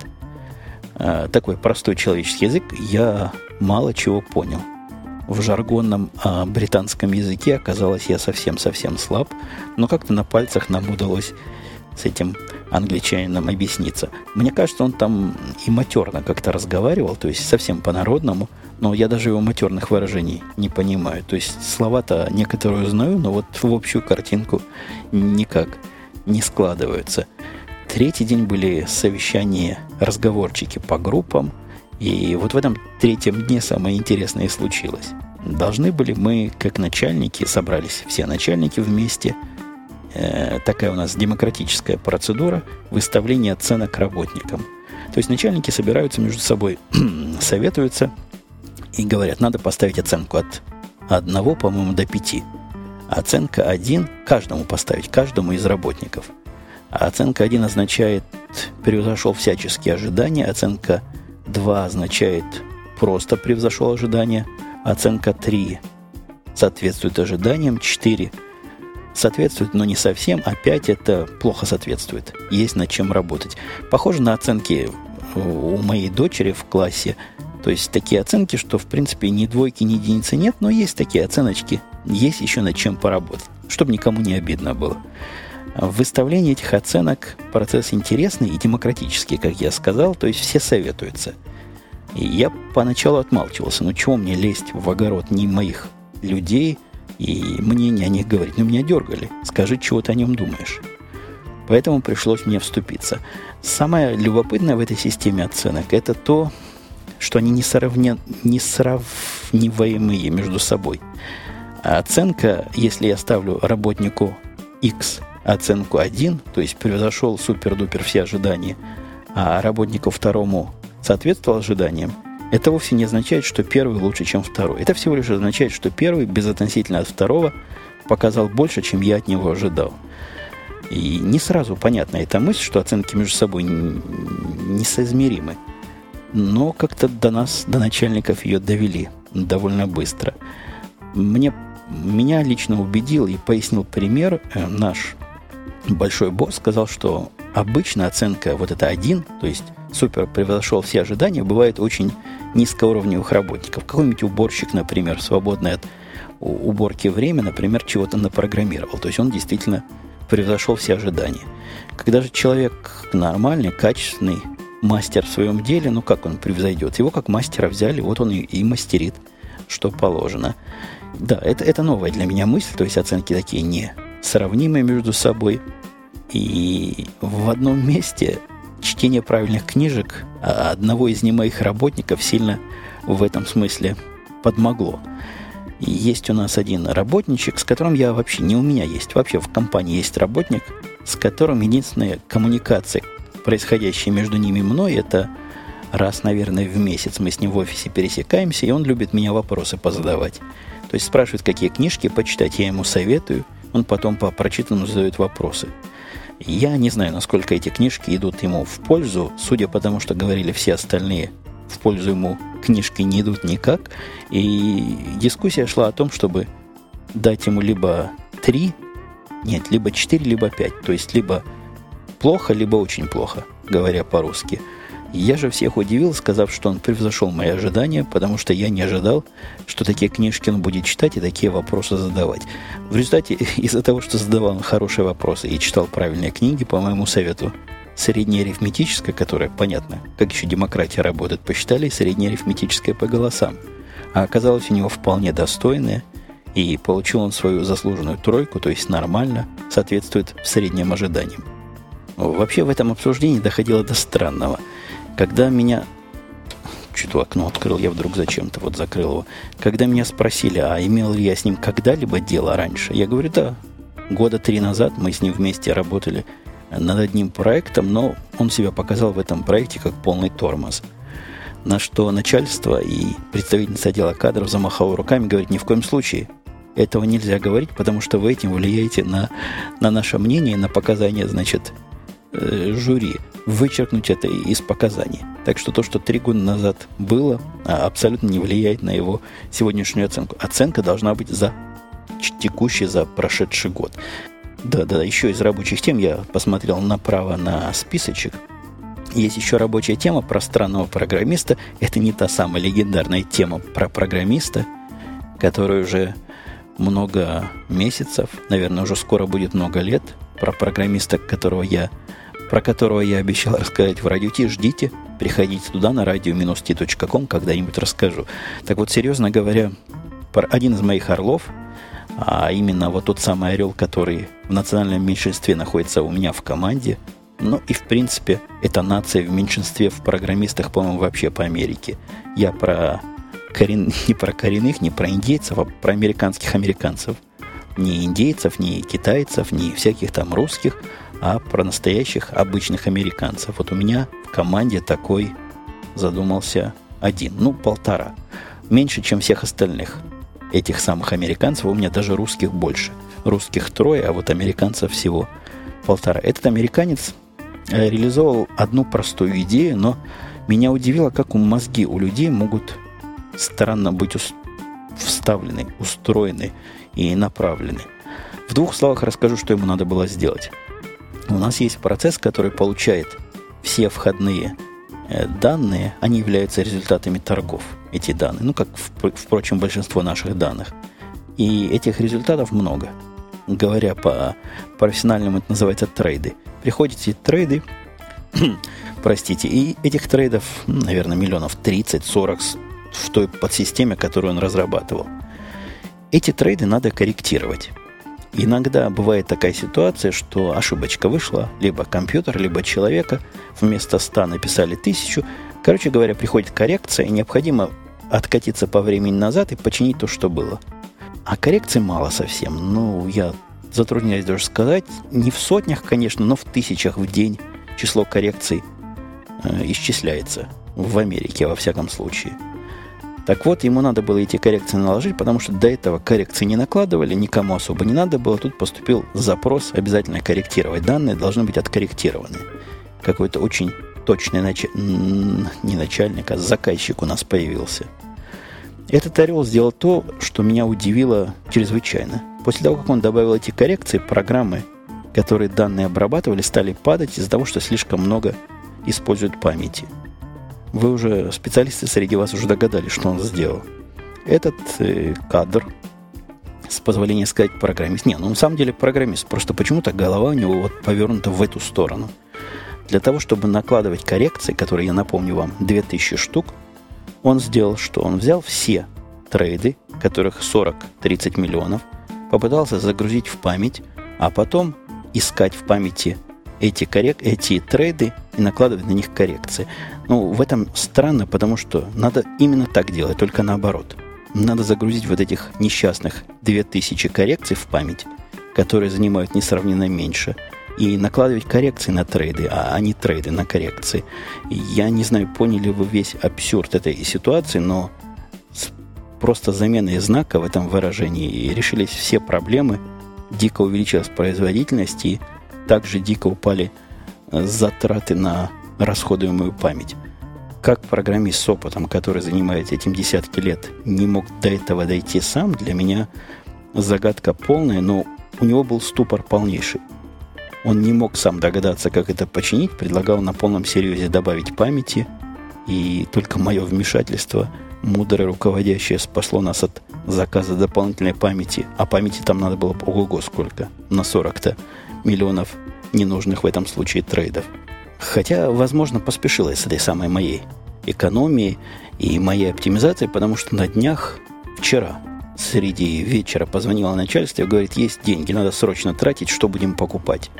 Такой простой человеческий язык. Я мало чего понял. В жаргонном британском языке оказалось, я совсем-совсем слаб, но как-то на пальцах нам удалось с этим англичанином объясниться. Мне кажется, он там и матерно как-то разговаривал, то есть совсем по-народному, но я даже его матерных выражений не понимаю. То есть слова-то некоторые знаю, но вот в общую картинку никак не складываются. Третий день были совещания, разговорчики по группам, и вот в этом третьем дне самое интересное и случилось. Должны были мы, как начальники, собрались все начальники вместе. Такая у нас демократическая процедура выставления оценок работникам. То есть начальники собираются между собой, советуются и говорят, надо поставить оценку от 1, по-моему, до 5. Оценка 1 каждому поставить, каждому из работников. А оценка 1 означает превзошел всяческие ожидания, оценка 2 означает просто превзошел ожидания, оценка 3 соответствует ожиданиям, 4 соответствует, но не совсем, а 5 это плохо соответствует. Есть над чем работать. Похоже на оценки у моей дочери в классе. То есть такие оценки, что в принципе ни двойки, ни единицы нет, но есть такие оценочки, есть еще над чем поработать, чтобы никому не обидно было. В выставлении этих оценок процесс интересный и демократический, как я сказал, то есть все советуются. И я поначалу отмалчивался, ну чего мне лезть в огород не моих людей и мнение о них говорить. Но меня дергали, скажи, чего ты о нем думаешь. Поэтому пришлось мне вступиться. Самое любопытное в этой системе оценок это то, что они не сравниваемые между собой. А оценка, если я ставлю работнику X оценку 1, то есть превзошел супер-дупер все ожидания, а работнику второму соответствовал ожиданиям, это вовсе не означает, что первый лучше, чем второй. Это всего лишь означает, что первый безотносительно от второго показал больше, чем я от него ожидал. И не сразу понятна эта мысль, что оценки между собой несоизмеримы. Но как-то до нас, до начальников ее довели довольно быстро. Меня лично убедил и пояснил пример наш большой босс, сказал, что обычно оценка вот эта 1, то есть супер превзошел все ожидания, бывает очень низкоуровневых работников. Какой-нибудь уборщик, например, свободное от уборки время, например, чего-то напрограммировал. То есть он действительно превзошел все ожидания. Когда же человек нормальный, качественный, мастер в своем деле, ну как он превзойдет? Его как мастера взяли, вот он и мастерит, что положено. Да, это новая для меня мысль, то есть оценки такие несравнимые между собой. И в одном месте чтение правильных книжек одного из моих работников сильно в этом смысле подмогло. И есть у нас один работничек, с которым я вообще, не у меня есть, вообще в компании есть работник, с которым единственная коммуникация, происходящая между ними и мной, это раз, наверное, в месяц мы с ним в офисе пересекаемся, и он любит меня вопросы позадавать. То есть спрашивает, какие книжки почитать, я ему советую, он потом по прочитанному задает вопросы. Я не знаю, насколько эти книжки идут ему в пользу, судя по тому, что говорили все остальные, в пользу ему книжки не идут никак. И дискуссия шла о том, чтобы дать ему либо 3, нет, либо 4, либо 5. То есть либо плохо, либо очень плохо, говоря по-русски. Я же всех удивил, сказав, что он превзошел мои ожидания, потому что я не ожидал, что такие книжки он будет читать и такие вопросы задавать. В результате, из-за того, что задавал он хорошие вопросы и читал правильные книги, по моему совету, среднеарифметическое, которое, понятно, как еще демократия работает, посчитали среднеарифметическое по голосам. А оказалось у него вполне достойное, и получил он свою заслуженную 3, то есть нормально, соответствует средним ожиданиям. Вообще в этом обсуждении доходило до странного. Когда меня... Чуть-то окно открыл, я вдруг зачем-то вот закрыл его. Когда меня спросили, а имел ли я с ним когда-либо дело раньше, я говорю, да, 3 года назад мы с ним вместе работали над одним проектом, но он себя показал в этом проекте как полный тормоз. На что начальство и представительница отдела кадров замахала руками, говорит, ни в коем случае этого нельзя говорить, потому что вы этим влияете на наше мнение, на показания, значит, жюри. Вычеркнуть это из показаний. Так что то, что 3 года назад было, абсолютно не влияет на его сегодняшнюю оценку. Оценка должна быть за текущий, за прошедший год. Да, еще из рабочих тем я посмотрел направо на списочек. Есть еще рабочая тема про странного программиста. Это не та самая легендарная тема про программиста, которая уже много месяцев, наверное, уже скоро будет много лет, про программиста, про которого я обещал рассказать в Радио Ти. Ждите, приходите туда на radio-t.com, когда-нибудь расскажу. Так вот, серьезно говоря, один из моих орлов, а именно вот тот самый орел, который в национальном меньшинстве находится у меня в команде, ну и в принципе эта нация в меньшинстве в программистах, по-моему, вообще по Америке. Я не про коренных, не про индейцев, а про американцев. Не индейцев, не китайцев, не всяких там русских, а про настоящих обычных американцев. Вот у меня в команде такой задумался 1, 1,5. Меньше, чем всех остальных этих самых американцев. У меня даже русских больше. Русских 3, а вот американцев всего 1,5. Этот американец реализовал одну простую идею, но меня удивило, как мозги у людей могут странно быть вставлены, устроены и направлены. В 2 словах расскажу, что ему надо было сделать. У нас есть процесс, который получает все входные данные, они являются результатами торгов, эти данные, как, впрочем, большинство наших данных. И этих результатов много. Говоря по-профессиональному, это называется трейды. Приходят эти трейды, и этих трейдов, наверное, 30-40 в той подсистеме, которую он разрабатывал. Эти трейды надо корректировать. Иногда бывает такая ситуация, что ошибочка вышла, либо компьютер, либо человека, вместо 100 написали 1000. Короче говоря, приходит коррекция, и необходимо откатиться по времени назад и починить то, что было. А коррекций мало совсем. Я затрудняюсь даже сказать, не в сотнях, конечно, но в тысячах в день число коррекций исчисляется. В Америке, во всяком случае. Так вот, ему надо было эти коррекции наложить, потому что до этого коррекции не накладывали, никому особо не надо было. Тут поступил запрос обязательно корректировать. Данные должны быть откорректированы. Какой-то очень точный не начальник, а заказчик у нас появился. Этот орел сделал то, что меня удивило чрезвычайно. После того, как он добавил эти коррекции, программы, которые данные обрабатывали, стали падать из-за того, что слишком много используют памяти. Вы уже, специалисты среди вас уже догадались, что он сделал. Этот кадр, с позволения сказать, программист. На самом деле программист. Просто почему-то голова у него повернута в эту сторону. Для того, чтобы накладывать коррекции, которые, я напомню вам, 2000 штук, он сделал что? Он взял все трейды, которых 40-30 миллионов, попытался загрузить в память, а потом искать в памяти эти трейды и накладывать на них коррекции. В этом странно, потому что надо именно так делать, только наоборот. Надо загрузить вот этих несчастных 2000 коррекций в память, которые занимают несравненно меньше, и накладывать коррекции на трейды, а не трейды на коррекции. Я не знаю, поняли вы весь абсурд этой ситуации, но с просто заменой знака в этом выражении решились все проблемы, дико увеличилась производительность, и также дико упали затраты на расходуемую память. Как программист с опытом, который занимается этим десятки лет, не мог до этого дойти сам, для меня загадка полная, но у него был ступор полнейший. Он не мог сам догадаться, как это починить, предлагал на полном серьезе добавить памяти, и только мое вмешательство, мудрое руководящее, спасло нас от заказа дополнительной памяти, а памяти там надо было ого-го сколько, на 40-то миллионов ненужных в этом случае трейдов. Хотя, возможно, поспешила я с этой самой моей экономией и моей оптимизацией, потому что на днях, вчера, среди вечера позвонила начальство и говорит, есть деньги, надо срочно тратить, что будем покупать.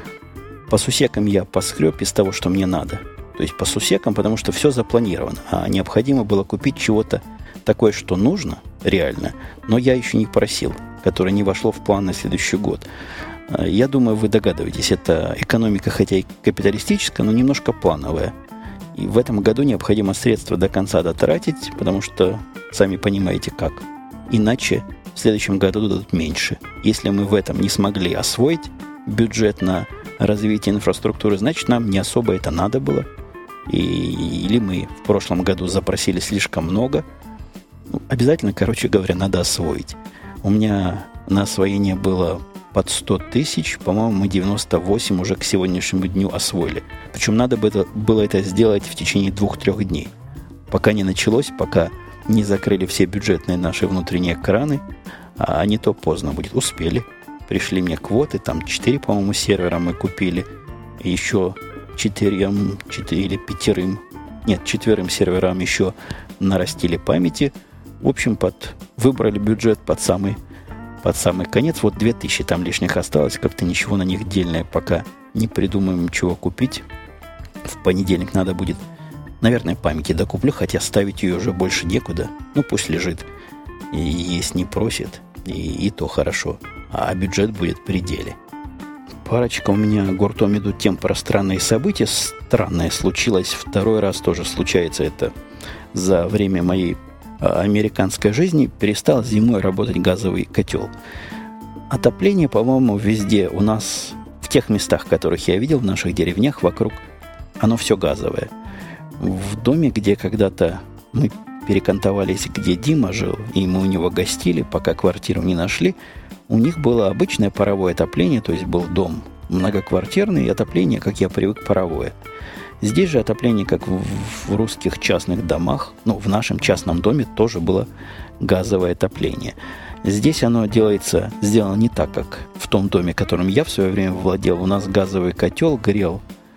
По сусекам я поскреб из того, что мне надо. То есть по сусекам, потому что все запланировано, а необходимо было купить чего-то такое, что нужно, реально, но я еще не просил, которое не вошло в план на следующий год. Я думаю, вы догадываетесь, это экономика, хотя и капиталистическая, но немножко плановая. И в этом году необходимо средства до конца дотратить, потому что, сами понимаете, как. Иначе в следующем году дадут меньше. Если мы в этом не смогли освоить бюджет на развитие инфраструктуры, значит, нам не особо это надо было. Или мы в прошлом году запросили слишком много. Обязательно, короче говоря, надо освоить. У меня на освоение было под 100 тысяч, по-моему, мы 98 уже к сегодняшнему дню освоили. Причем надо было это сделать в течение 2-3 дней. Пока не началось, пока не закрыли все бюджетные наши внутренние краны, а не то поздно будет. Успели. Пришли мне квоты, там 4, по-моему, сервера мы купили. И еще 4 или 5, нет, 4 серверам еще нарастили памяти. В общем, выбрали бюджет под самый конец. Вот 2000 там лишних осталось. Как-то ничего на них дельное пока не придумаем, чего купить. В понедельник надо будет, наверное, памяти докуплю, хотя ставить ее уже больше некуда. Ну, пусть лежит. И есть не просит. И то хорошо. А бюджет будет в пределе. Парочка у меня гуртом идут тем про странные события. Странное случилось. Второй раз тоже случается это за время моей американской жизни. Перестал зимой работать газовый котел. Отопление, по-моему, везде у нас, в тех местах, которых я видел, в наших деревнях вокруг, оно все газовое. В доме, где когда-то мы перекантовались, где Дима жил, и мы у него гостили, пока квартиру не нашли, у них было обычное паровое отопление, то есть был дом многоквартирный, и отопление, как я привык, паровое. Здесь же отопление, как в русских частных домах, ну, в нашем частном доме тоже было газовое отопление. Здесь оно сделано не так, как в том доме, которым я в свое время владел. У нас газовый котел грел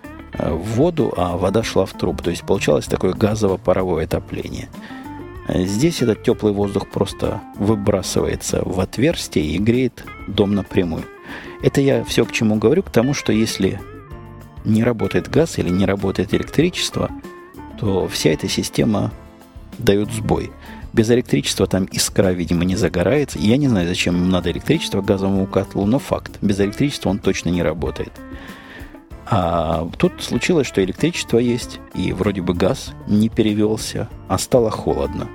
воду, а вода шла в трубу. То есть получалось такое газово-паровое отопление. Здесь этот теплый воздух просто выбрасывается в отверстие и греет дом напрямую. Это я все к чему говорю, к тому, что если не работает газ или не работает электричество, то вся эта система дает сбой. Без электричества там искра, видимо, не загорается. Я не знаю, зачем им надо электричество газовому котлу, но факт. Без электричества он точно не работает. А тут случилось, что электричество есть, и вроде бы газ не перевелся, а стало холодно.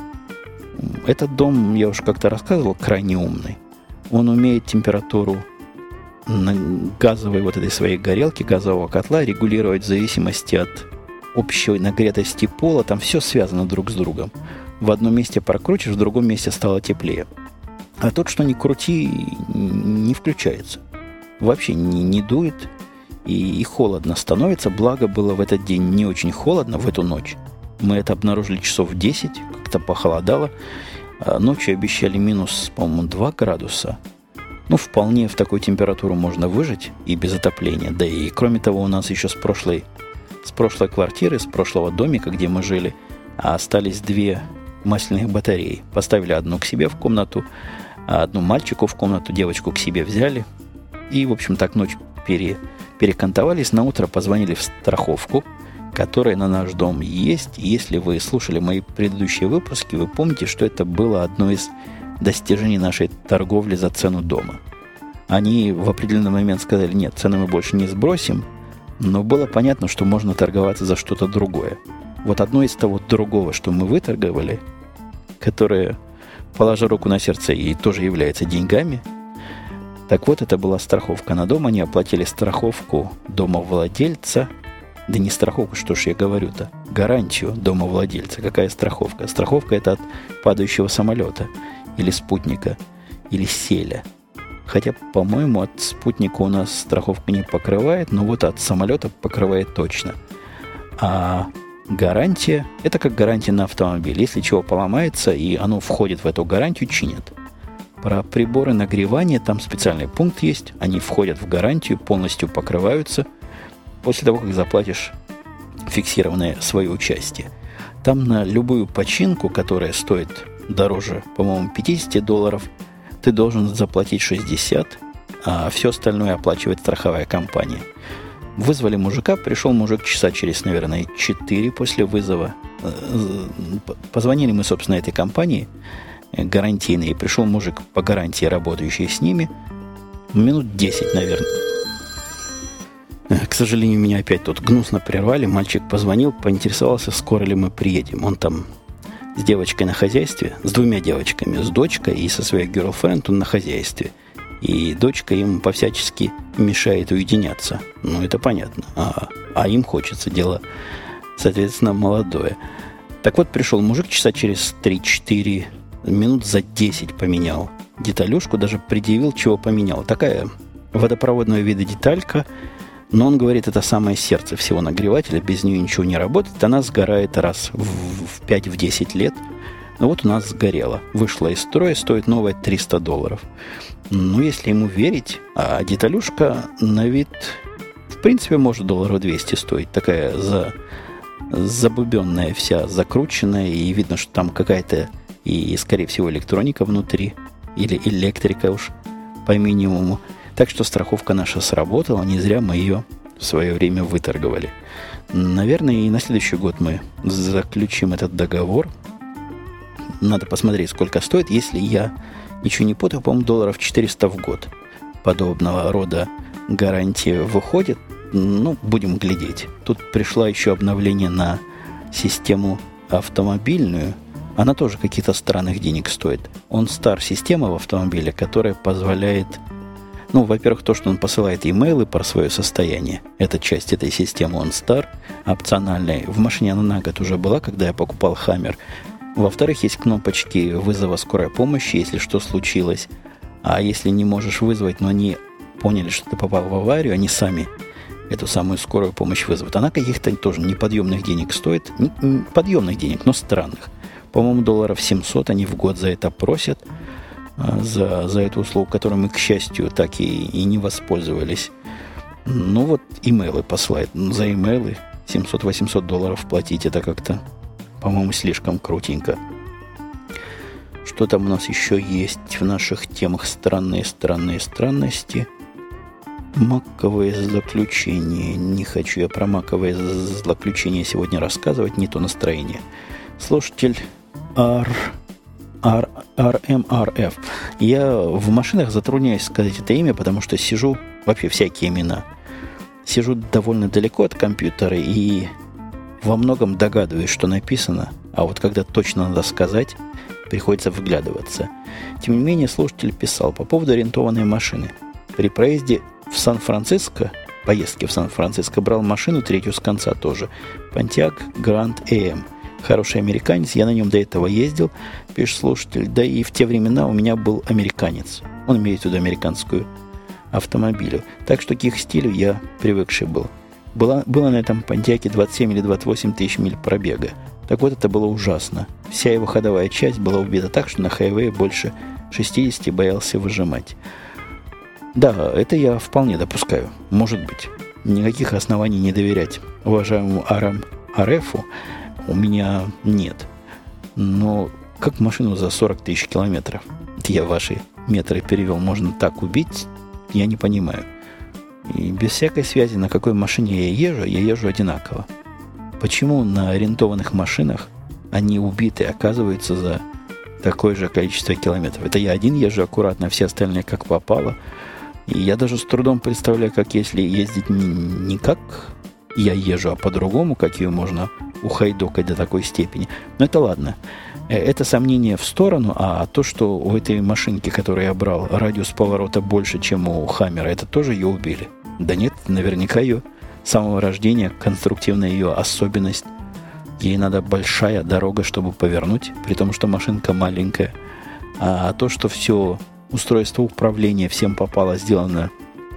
Этот дом, я уже как-то рассказывал, крайне умный. Он умеет температуру на газовой вот этой своей горелки, газового котла регулировать в зависимости от общей нагретости пола. Там все связано друг с другом. В одном месте прокрутишь, в другом месте стало теплее. А тут, что ни крути, не включается. Вообще не дует. И холодно становится. Благо было в этот день не очень холодно, в эту ночь. Мы это обнаружили часов в 10, как-то похолодало. Ночью обещали минус, по-моему, 2 градуса. Ну, вполне в такую температуру можно выжить и без отопления. Да и, кроме того, у нас еще с прошлой квартиры, с прошлого домика, где мы жили, остались 2 масляных батареи. Поставили одну к себе в комнату, одну мальчику в комнату, девочку к себе взяли. И, в общем, так ночь перекантовались. На утро позвонили в страховку, которая на наш дом есть. И если вы слушали мои предыдущие выпуски, вы помните, что это было одно из достижений нашей торговли за цену дома. Они в определенный момент сказали, нет, цены мы больше не сбросим, но было понятно, что можно торговаться за что-то другое. Вот одно из того другого, что мы выторговали, которое, положа руку на сердце, и тоже является деньгами, Так вот, это была страховка на дом. Они оплатили страховку домовладельца. Да не страховку, что ж я говорю-то. Гарантию домовладельца. Какая страховка? Страховка это от падающего самолета. Или спутника. Или селя. Хотя, по-моему, от спутника у нас страховка не покрывает. Но вот от самолета покрывает точно. А гарантия – это как гарантия на автомобиль. Если чего поломается, и оно входит в эту гарантию, чинят. Про приборы нагревания там специальный пункт есть. Они входят в гарантию, полностью покрываются после того, как заплатишь фиксированное свое участие. Там на любую починку, которая стоит дороже, по-моему, $50, ты должен заплатить 60, а все остальное оплачивает страховая компания. Вызвали мужика, пришел мужик часа через, наверное, 4 после вызова. Позвонили мы, собственно, этой компании гарантийной, и пришел мужик по гарантии, работающий с ними, минут 10, наверное. К сожалению, меня опять тут гнусно прервали. Мальчик позвонил, поинтересовался, скоро ли мы приедем. Он там с девочкой на хозяйстве, с двумя девочками, с дочкой и со своей girlfriend он на хозяйстве. И дочка им по-всячески мешает уединяться. Ну, это понятно. А им хочется, дело, соответственно, молодое. Так вот, пришел мужик часа через 3-4, минут за 10 поменял деталюшку, даже предъявил, чего поменял. Такая водопроводного вида деталька, но он говорит, это самое сердце всего нагревателя, без нее ничего не работает, она сгорает раз в 5-10 лет. Ну вот у нас сгорела, вышла из строя, стоит новая $300. Ну, если ему верить, а деталюшка на вид, в принципе, может $200 стоить. Такая забубенная вся, закрученная, и видно, что там какая-то и, скорее всего, электроника внутри, или электрика уж по минимуму. Так что страховка наша сработала, не зря мы ее в свое время выторговали. Наверное, и на следующий год мы заключим этот договор. Надо посмотреть, сколько стоит. Если я ничего не путаю, по-моему, $400 в год подобного рода гарантии выходит. Ну, будем глядеть. Тут пришло еще обновление на систему автомобильную. Она тоже каких-то странных денег стоит. OnStar система в автомобиле, которая позволяет... Ну, во-первых, то, что он посылает имейлы про свое состояние. Это часть этой системы OnStar, опциональная. В машине она на год уже была, когда я покупал Хаммер. Во-вторых, есть кнопочки вызова скорой помощи, если что случилось. А если не можешь вызвать, но они поняли, что ты попал в аварию, они сами эту самую скорую помощь вызовут. Она каких-то тоже неподъемных денег стоит. Подъемных денег, но странных. По-моему, $700 они в год за это просят. За эту услугу, которой мы, к счастью, так и не воспользовались. Ну вот, имейлы посылают. За имейлы $700-800 платить, это как-то, по-моему, слишком крутенько. Что там у нас еще есть в наших темах? Странности. Маковое злоключение. Не хочу я про маковое злоключение сегодня рассказывать, не то настроение. Слушатель RMRF. Я в машинах затрудняюсь сказать это имя, потому что сижу, вообще всякие имена, сижу довольно далеко от компьютера и во многом догадываюсь, что написано, а вот когда точно надо сказать, приходится вглядываться. Тем не менее, слушатель писал по поводу арендованной машины. При проезде в Сан-Франциско, поездке в Сан-Франциско, брал машину третью с конца тоже. Pontiac Grand AM. Хороший американец, я на нем до этого ездил, пишет слушатель. Да и в те времена у меня был американец. Он имеет в виду американскую автомобилю. Так что к их стилю я привыкший был. Было на этом Понтиаке 27 или 28 тысяч миль пробега. Так вот, это было ужасно. Вся его ходовая часть была убита так, что на хайвее больше 60 боялся выжимать. Да, это я вполне допускаю. Может быть. Никаких оснований не доверять уважаемому RMRF у меня нет. Но как машину за 40 тысяч километров, я ваши метры перевел, можно так убить, я не понимаю. И без всякой связи, на какой машине я езжу одинаково. Почему на арендованных машинах они убиты, оказываются за такое же количество километров? Это я один езжу аккуратно, все остальные как попало. И я даже с трудом представляю, как если ездить не как я езжу, а по-другому, как ее можно ухайдокать до такой степени. Но это ладно. Это сомнение в сторону, а то, что у этой машинки, которую я брал, радиус поворота больше, чем у Хаммера, это тоже ее убили? Да нет, наверняка ее с самого рождения, конструктивная ее особенность. Ей надо большая дорога, чтобы повернуть, при том, что машинка маленькая. А то, что все устройство управления всем попало, сделано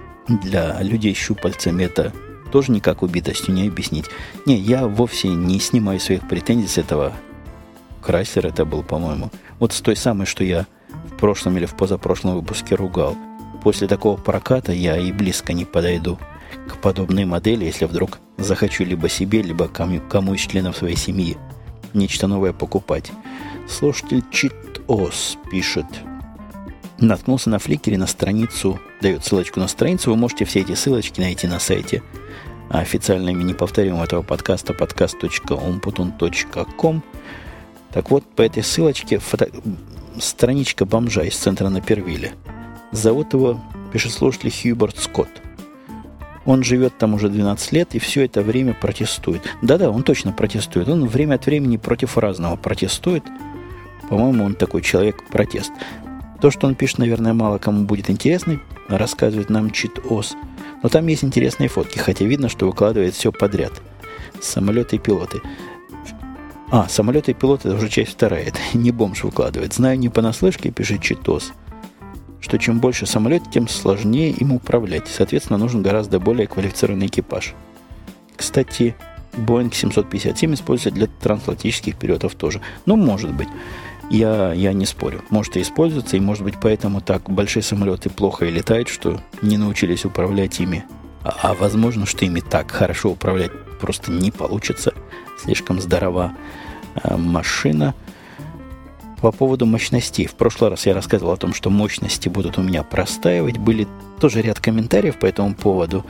для людей с щупальцами, это тоже никак убитостью не объяснить. Не, я вовсе не снимаю своих претензий с этого. Крайслер это был, по-моему. Вот с той самой, что я в прошлом или в позапрошлом выпуске ругал. После такого проката я и близко не подойду к подобной модели, если вдруг захочу либо себе, либо кому из членов своей семьи нечто новое покупать. Слушатель Чит-Ос пишет: наткнулся на Фликере на страницу, дает ссылочку на страницу, вы можете все эти ссылочки найти на сайте официальным неповторимым этого подкаста podcast.umputun.com. Так вот, по этой ссылочке страничка бомжа из центра Напервилля. Зовут его, пишет слушатель, Хьюберт Скотт. Он живет там уже 12 лет и все это время протестует. Да-да, он точно протестует. Он время от времени против разного протестует. По-моему, он такой человек-протест. То, что он пишет, наверное, мало кому будет интересно, рассказывает нам Чит-Ос. Но там есть интересные фотки, хотя видно, что выкладывает все подряд. Самолеты и пилоты. Самолеты и пилоты – это уже часть вторая. Это не бомж выкладывает. Знаю не понаслышке, пишет Чит-Ос, что чем больше самолет, тем сложнее им управлять. Соответственно, нужен гораздо более квалифицированный экипаж. Кстати, Boeing 757 используется для трансатлантических перелетов тоже. Ну, может быть. Я не спорю. Может и используется, и может быть поэтому так большие самолеты плохо и летают, что не научились управлять ими. А возможно, что ими так хорошо управлять просто не получится. Слишком здорова машина. По поводу мощностей. В прошлый раз я рассказывал о том, что мощности будут у меня простаивать. Были тоже ряд комментариев по этому поводу.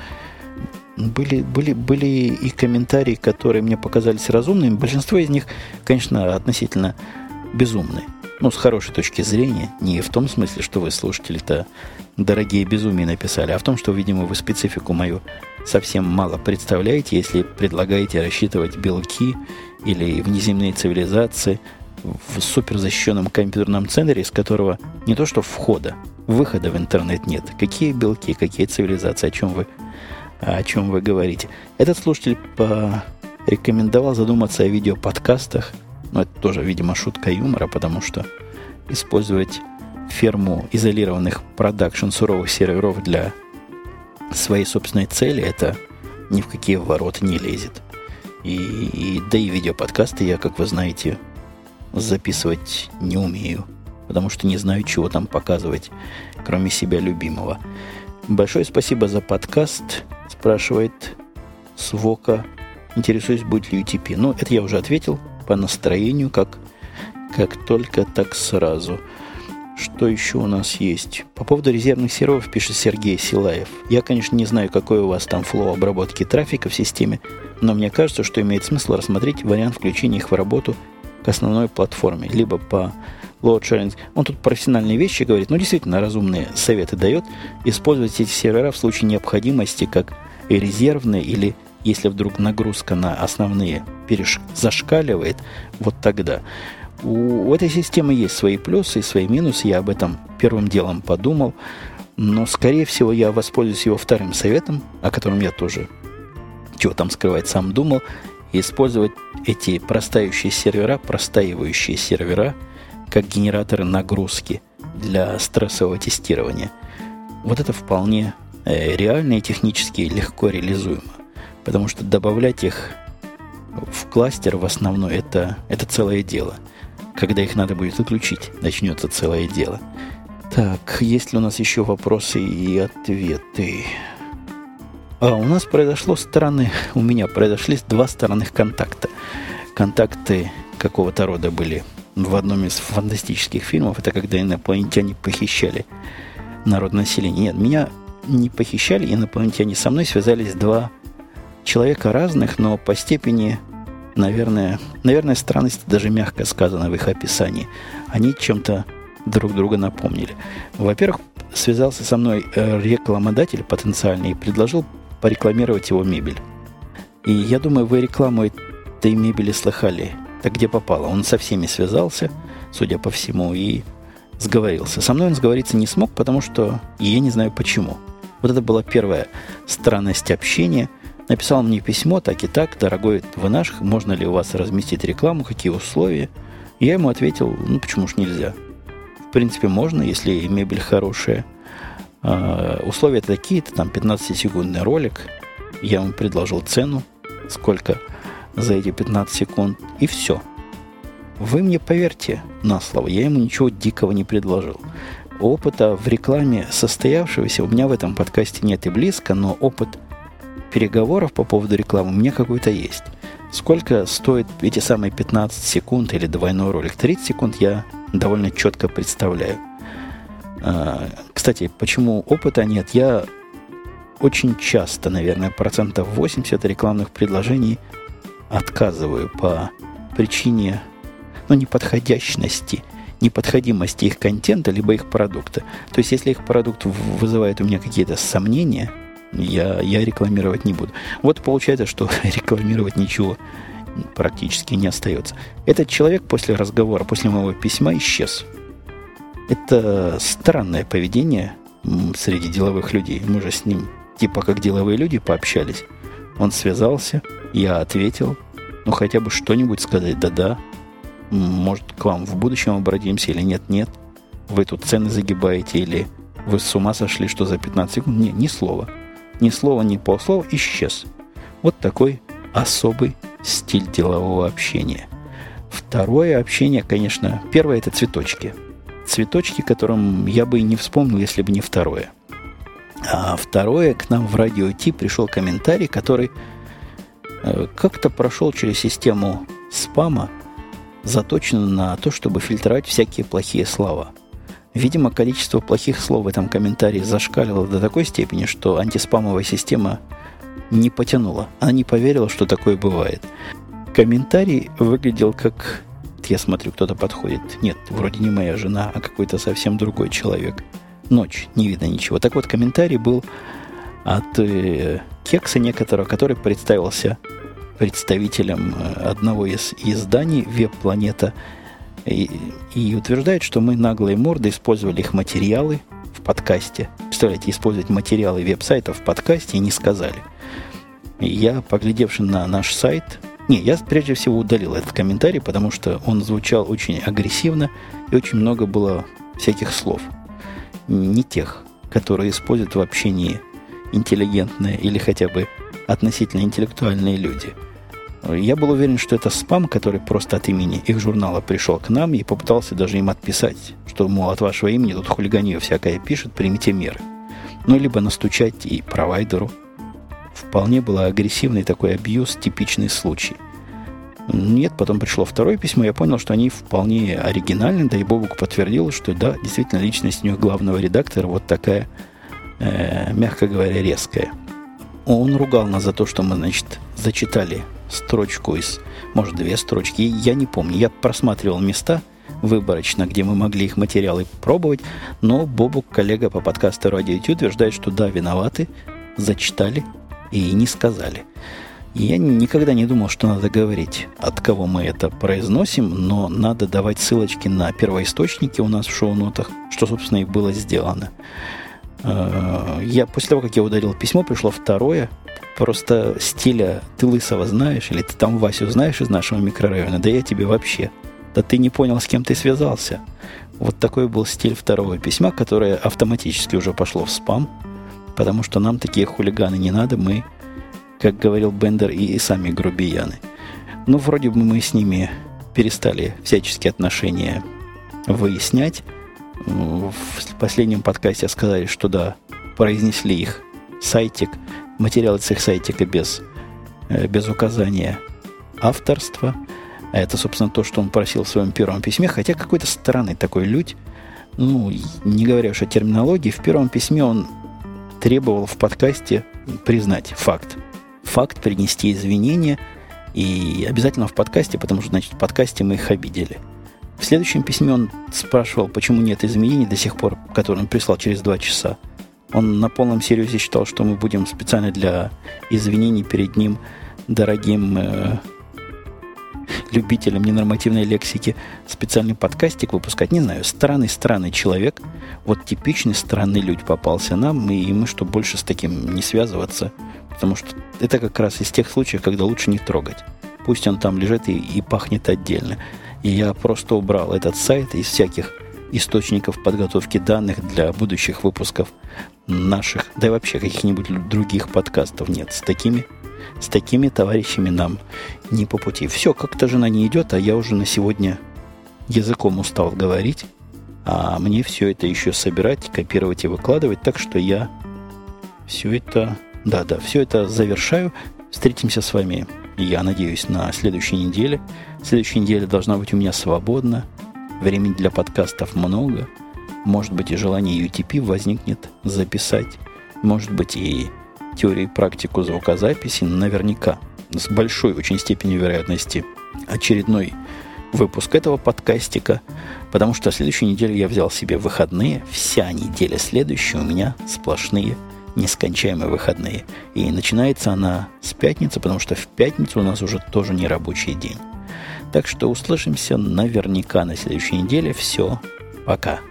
Были и комментарии, которые мне показались разумными. Большинство из них, конечно, относительно безумные. Ну, с хорошей точки зрения. Не в том смысле, что вы, слушатели-то, дорогие безумия написали, а в том, что, видимо, вы специфику мою совсем мало представляете, если предлагаете рассчитывать белки или внеземные цивилизации в суперзащищенном компьютерном центре, из которого не то что выхода в интернет нет. Какие белки, какие цивилизации, о чем вы говорите? Этот слушатель порекомендовал задуматься о видеоподкастах. Но это тоже, видимо, шутка юмора, потому что использовать ферму изолированных суровых серверов для своей собственной цели, это ни в какие ворота не лезет. Да и видеоподкасты я, как вы знаете, записывать не умею, потому что не знаю, чего там показывать, кроме себя любимого. Большое спасибо за подкаст, спрашивает Свока. Интересуюсь, будет ли UTP. Ну, это я уже ответил по настроению, как только, так сразу. Что еще у нас есть? По поводу резервных серверов пишет Сергей Силаев. Я, конечно, не знаю, какой у вас там флоу обработки трафика в системе, но мне кажется, что имеет смысл рассмотреть вариант включения их в работу к основной платформе, либо по load sharing. Он тут профессиональные вещи говорит, но действительно разумные советы дает. Использовать эти сервера в случае необходимости как резервные, или если вдруг нагрузка на основные зашкаливает, вот тогда. У этой системы есть свои плюсы и свои минусы. Я об этом первым делом подумал. Но, скорее всего, я воспользуюсь его вторым советом, о котором я тоже, чего там скрывать, сам думал. Использовать эти простаивающие сервера, как генераторы нагрузки для стрессового тестирования. Вот это вполне реально и технически легко реализуемо. Потому что добавлять их в кластер в основной это целое дело. Когда их надо будет отключить, начнется целое дело. Так, есть ли у нас еще вопросы и ответы? У меня произошли два странных контакта. Контакты какого-то рода были в одном из фантастических фильмов. Это когда инопланетяне похищали народ населения. Нет, меня не похищали инопланетяне. Со мной связались два человека разных, но по степени, наверное, странности даже мягко сказано в их описании. Они чем-то друг друга напомнили. Во-первых, связался со мной рекламодатель потенциальный и предложил порекламировать его мебель. И я думаю, вы рекламой этой мебели слыхали, так где попало. Он со всеми связался, судя по всему, и сговорился. Со мной он сговориться не смог, потому что я не знаю почему. Вот это была первая странность общения. Написал мне письмо, так и так, дорогой вы наш, можно ли у вас разместить рекламу, какие условия. Я ему ответил, почему ж нельзя. В принципе, можно, если мебель хорошая. Условия такие-то, там 15-секундный ролик. Я ему предложил цену, сколько за эти 15 секунд, и все. Вы мне поверьте на слово, я ему ничего дикого не предложил. Опыта в рекламе состоявшегося у меня в этом подкасте нет и близко, но опыт переговоров по поводу рекламы у меня какой-то есть. Сколько стоит эти самые 15 секунд или двойной ролик? 30 секунд я довольно четко представляю. Кстати, почему опыта нет? Я очень часто, наверное, 80% рекламных предложений отказываю по причине неподходящности, неподходимости их контента, либо их продукта. То есть, если их продукт вызывает у меня какие-то сомнения, я рекламировать не буду. Вот получается, что рекламировать ничего практически не остается. Этот человек после разговора, после моего письма исчез. Это странное поведение среди деловых людей. Мы же с ним типа как деловые люди пообщались. Он связался, я ответил. Хотя бы что-нибудь сказать. Да-да. Может, к вам в будущем обратимся или нет-нет. Вы тут цены загибаете или вы с ума сошли, что за 15 секунд? Нет, ни слова. Ни слова, ни полслова, исчез. Вот такой особый стиль делового общения. Второе общение, конечно, первое – это цветочки. Цветочки, которым я бы и не вспомнил, если бы не второе. А второе, к нам в Радио Ти пришел комментарий, который как-то прошел через систему спама, заточенную на то, чтобы фильтровать всякие плохие слова. Видимо, количество плохих слов в этом комментарии зашкаливало до такой степени, что антиспамовая система не потянула. Она не поверила, что такое бывает. Комментарий выглядел как... Я смотрю, кто-то подходит. Нет, вроде не моя жена, а какой-то совсем другой человек. Ночь, не видно ничего. Так вот, комментарий был от кекса некоторого, который представился представителем одного из изданий «Веб-планета», и утверждает, что мы наглые морды использовали их материалы в подкасте. Представляете, использовать материалы веб-сайта в подкасте и не сказали. Я, поглядевши на наш сайт... я прежде всего удалил этот комментарий, потому что он звучал очень агрессивно, и очень много было всяких слов. Не тех, которые используют в общении интеллигентные или хотя бы относительно интеллектуальные люди. Я был уверен, что это спам, который просто от имени их журнала пришел к нам и попытался даже им отписать, что, мол, от вашего имени тут хулиганье всякое пишет, примите меры. Либо настучать и провайдеру. Вполне был агрессивный такой абьюз, типичный случай. Нет, потом пришло второе письмо, я понял, что они вполне оригинальны, да и Бобук подтвердил, что да, действительно, личность у них главного редактора вот такая, мягко говоря, резкая. Он ругал нас за то, что мы, зачитали строчку из, может, 2 строчки, я не помню. Я просматривал места выборочно, где мы могли их материалы пробовать, но Бобук, коллега по подкасту Радио Ти, утверждает, что да, виноваты, зачитали и не сказали. Я никогда не думал, что надо говорить, от кого мы это произносим, но надо давать ссылочки на первоисточники у нас в шоу-нотах, что, собственно, и было сделано. После того, как я удалил письмо, пришло второе. Просто стиля «ты Лысого знаешь» или «ты там Васю знаешь из нашего микрорайона», да я тебе вообще. Да ты не понял, с кем ты связался. Вот такой был стиль второго письма, которое автоматически уже пошло в спам, потому что нам такие хулиганы не надо, мы, как говорил Бендер, и сами грубияны. Вроде бы мы с ними перестали всяческие отношения выяснять. В последнем подкасте сказали, что да, произнесли их сайтик, материалы с их сайтика без указания авторства. А это, собственно, то, что он просил в своем первом письме, хотя какой-то странный такой людь, не говоря уж о терминологии, в первом письме он требовал в подкасте признать факт. Факт, принести извинения, и обязательно в подкасте, потому что, в подкасте мы их обидели. В следующем письме он спрашивал, почему нет изменений до сих пор, которые он прислал через 2 часа. Он на полном серьезе считал, что мы будем специально для извинений перед ним, дорогим любителям ненормативной лексики специальный подкастик выпускать. Не знаю, странный человек. Вот типичный странный людь попался нам, и мы, что больше с таким не связываться, потому что это как раз из тех случаев, когда лучше не трогать. Пусть он там лежит и пахнет отдельно. И я просто убрал этот сайт из всяких источников подготовки данных для будущих выпусков наших, да и вообще каких-нибудь других подкастов. Нет, с такими товарищами нам не по пути. Все, как-то жена не идет, а я уже на сегодня языком устал говорить, а мне все это еще собирать, копировать и выкладывать, так что я все это, все это завершаю. Встретимся с вами, я надеюсь, на следующей неделе. Следующая неделя должна быть у меня свободна. Времени для подкастов много. Может быть, и желание UTP возникнет записать. Может быть, и теорию и практику звукозаписи. Наверняка, с большой очень степенью вероятности, очередной выпуск этого подкастика. Потому что следующую неделю я взял себе выходные. Вся неделя следующая у меня сплошные нескончаемые выходные. И начинается она с пятницы, потому что в пятницу у нас уже тоже не рабочий день. Так что услышимся наверняка на следующей неделе. Все, пока.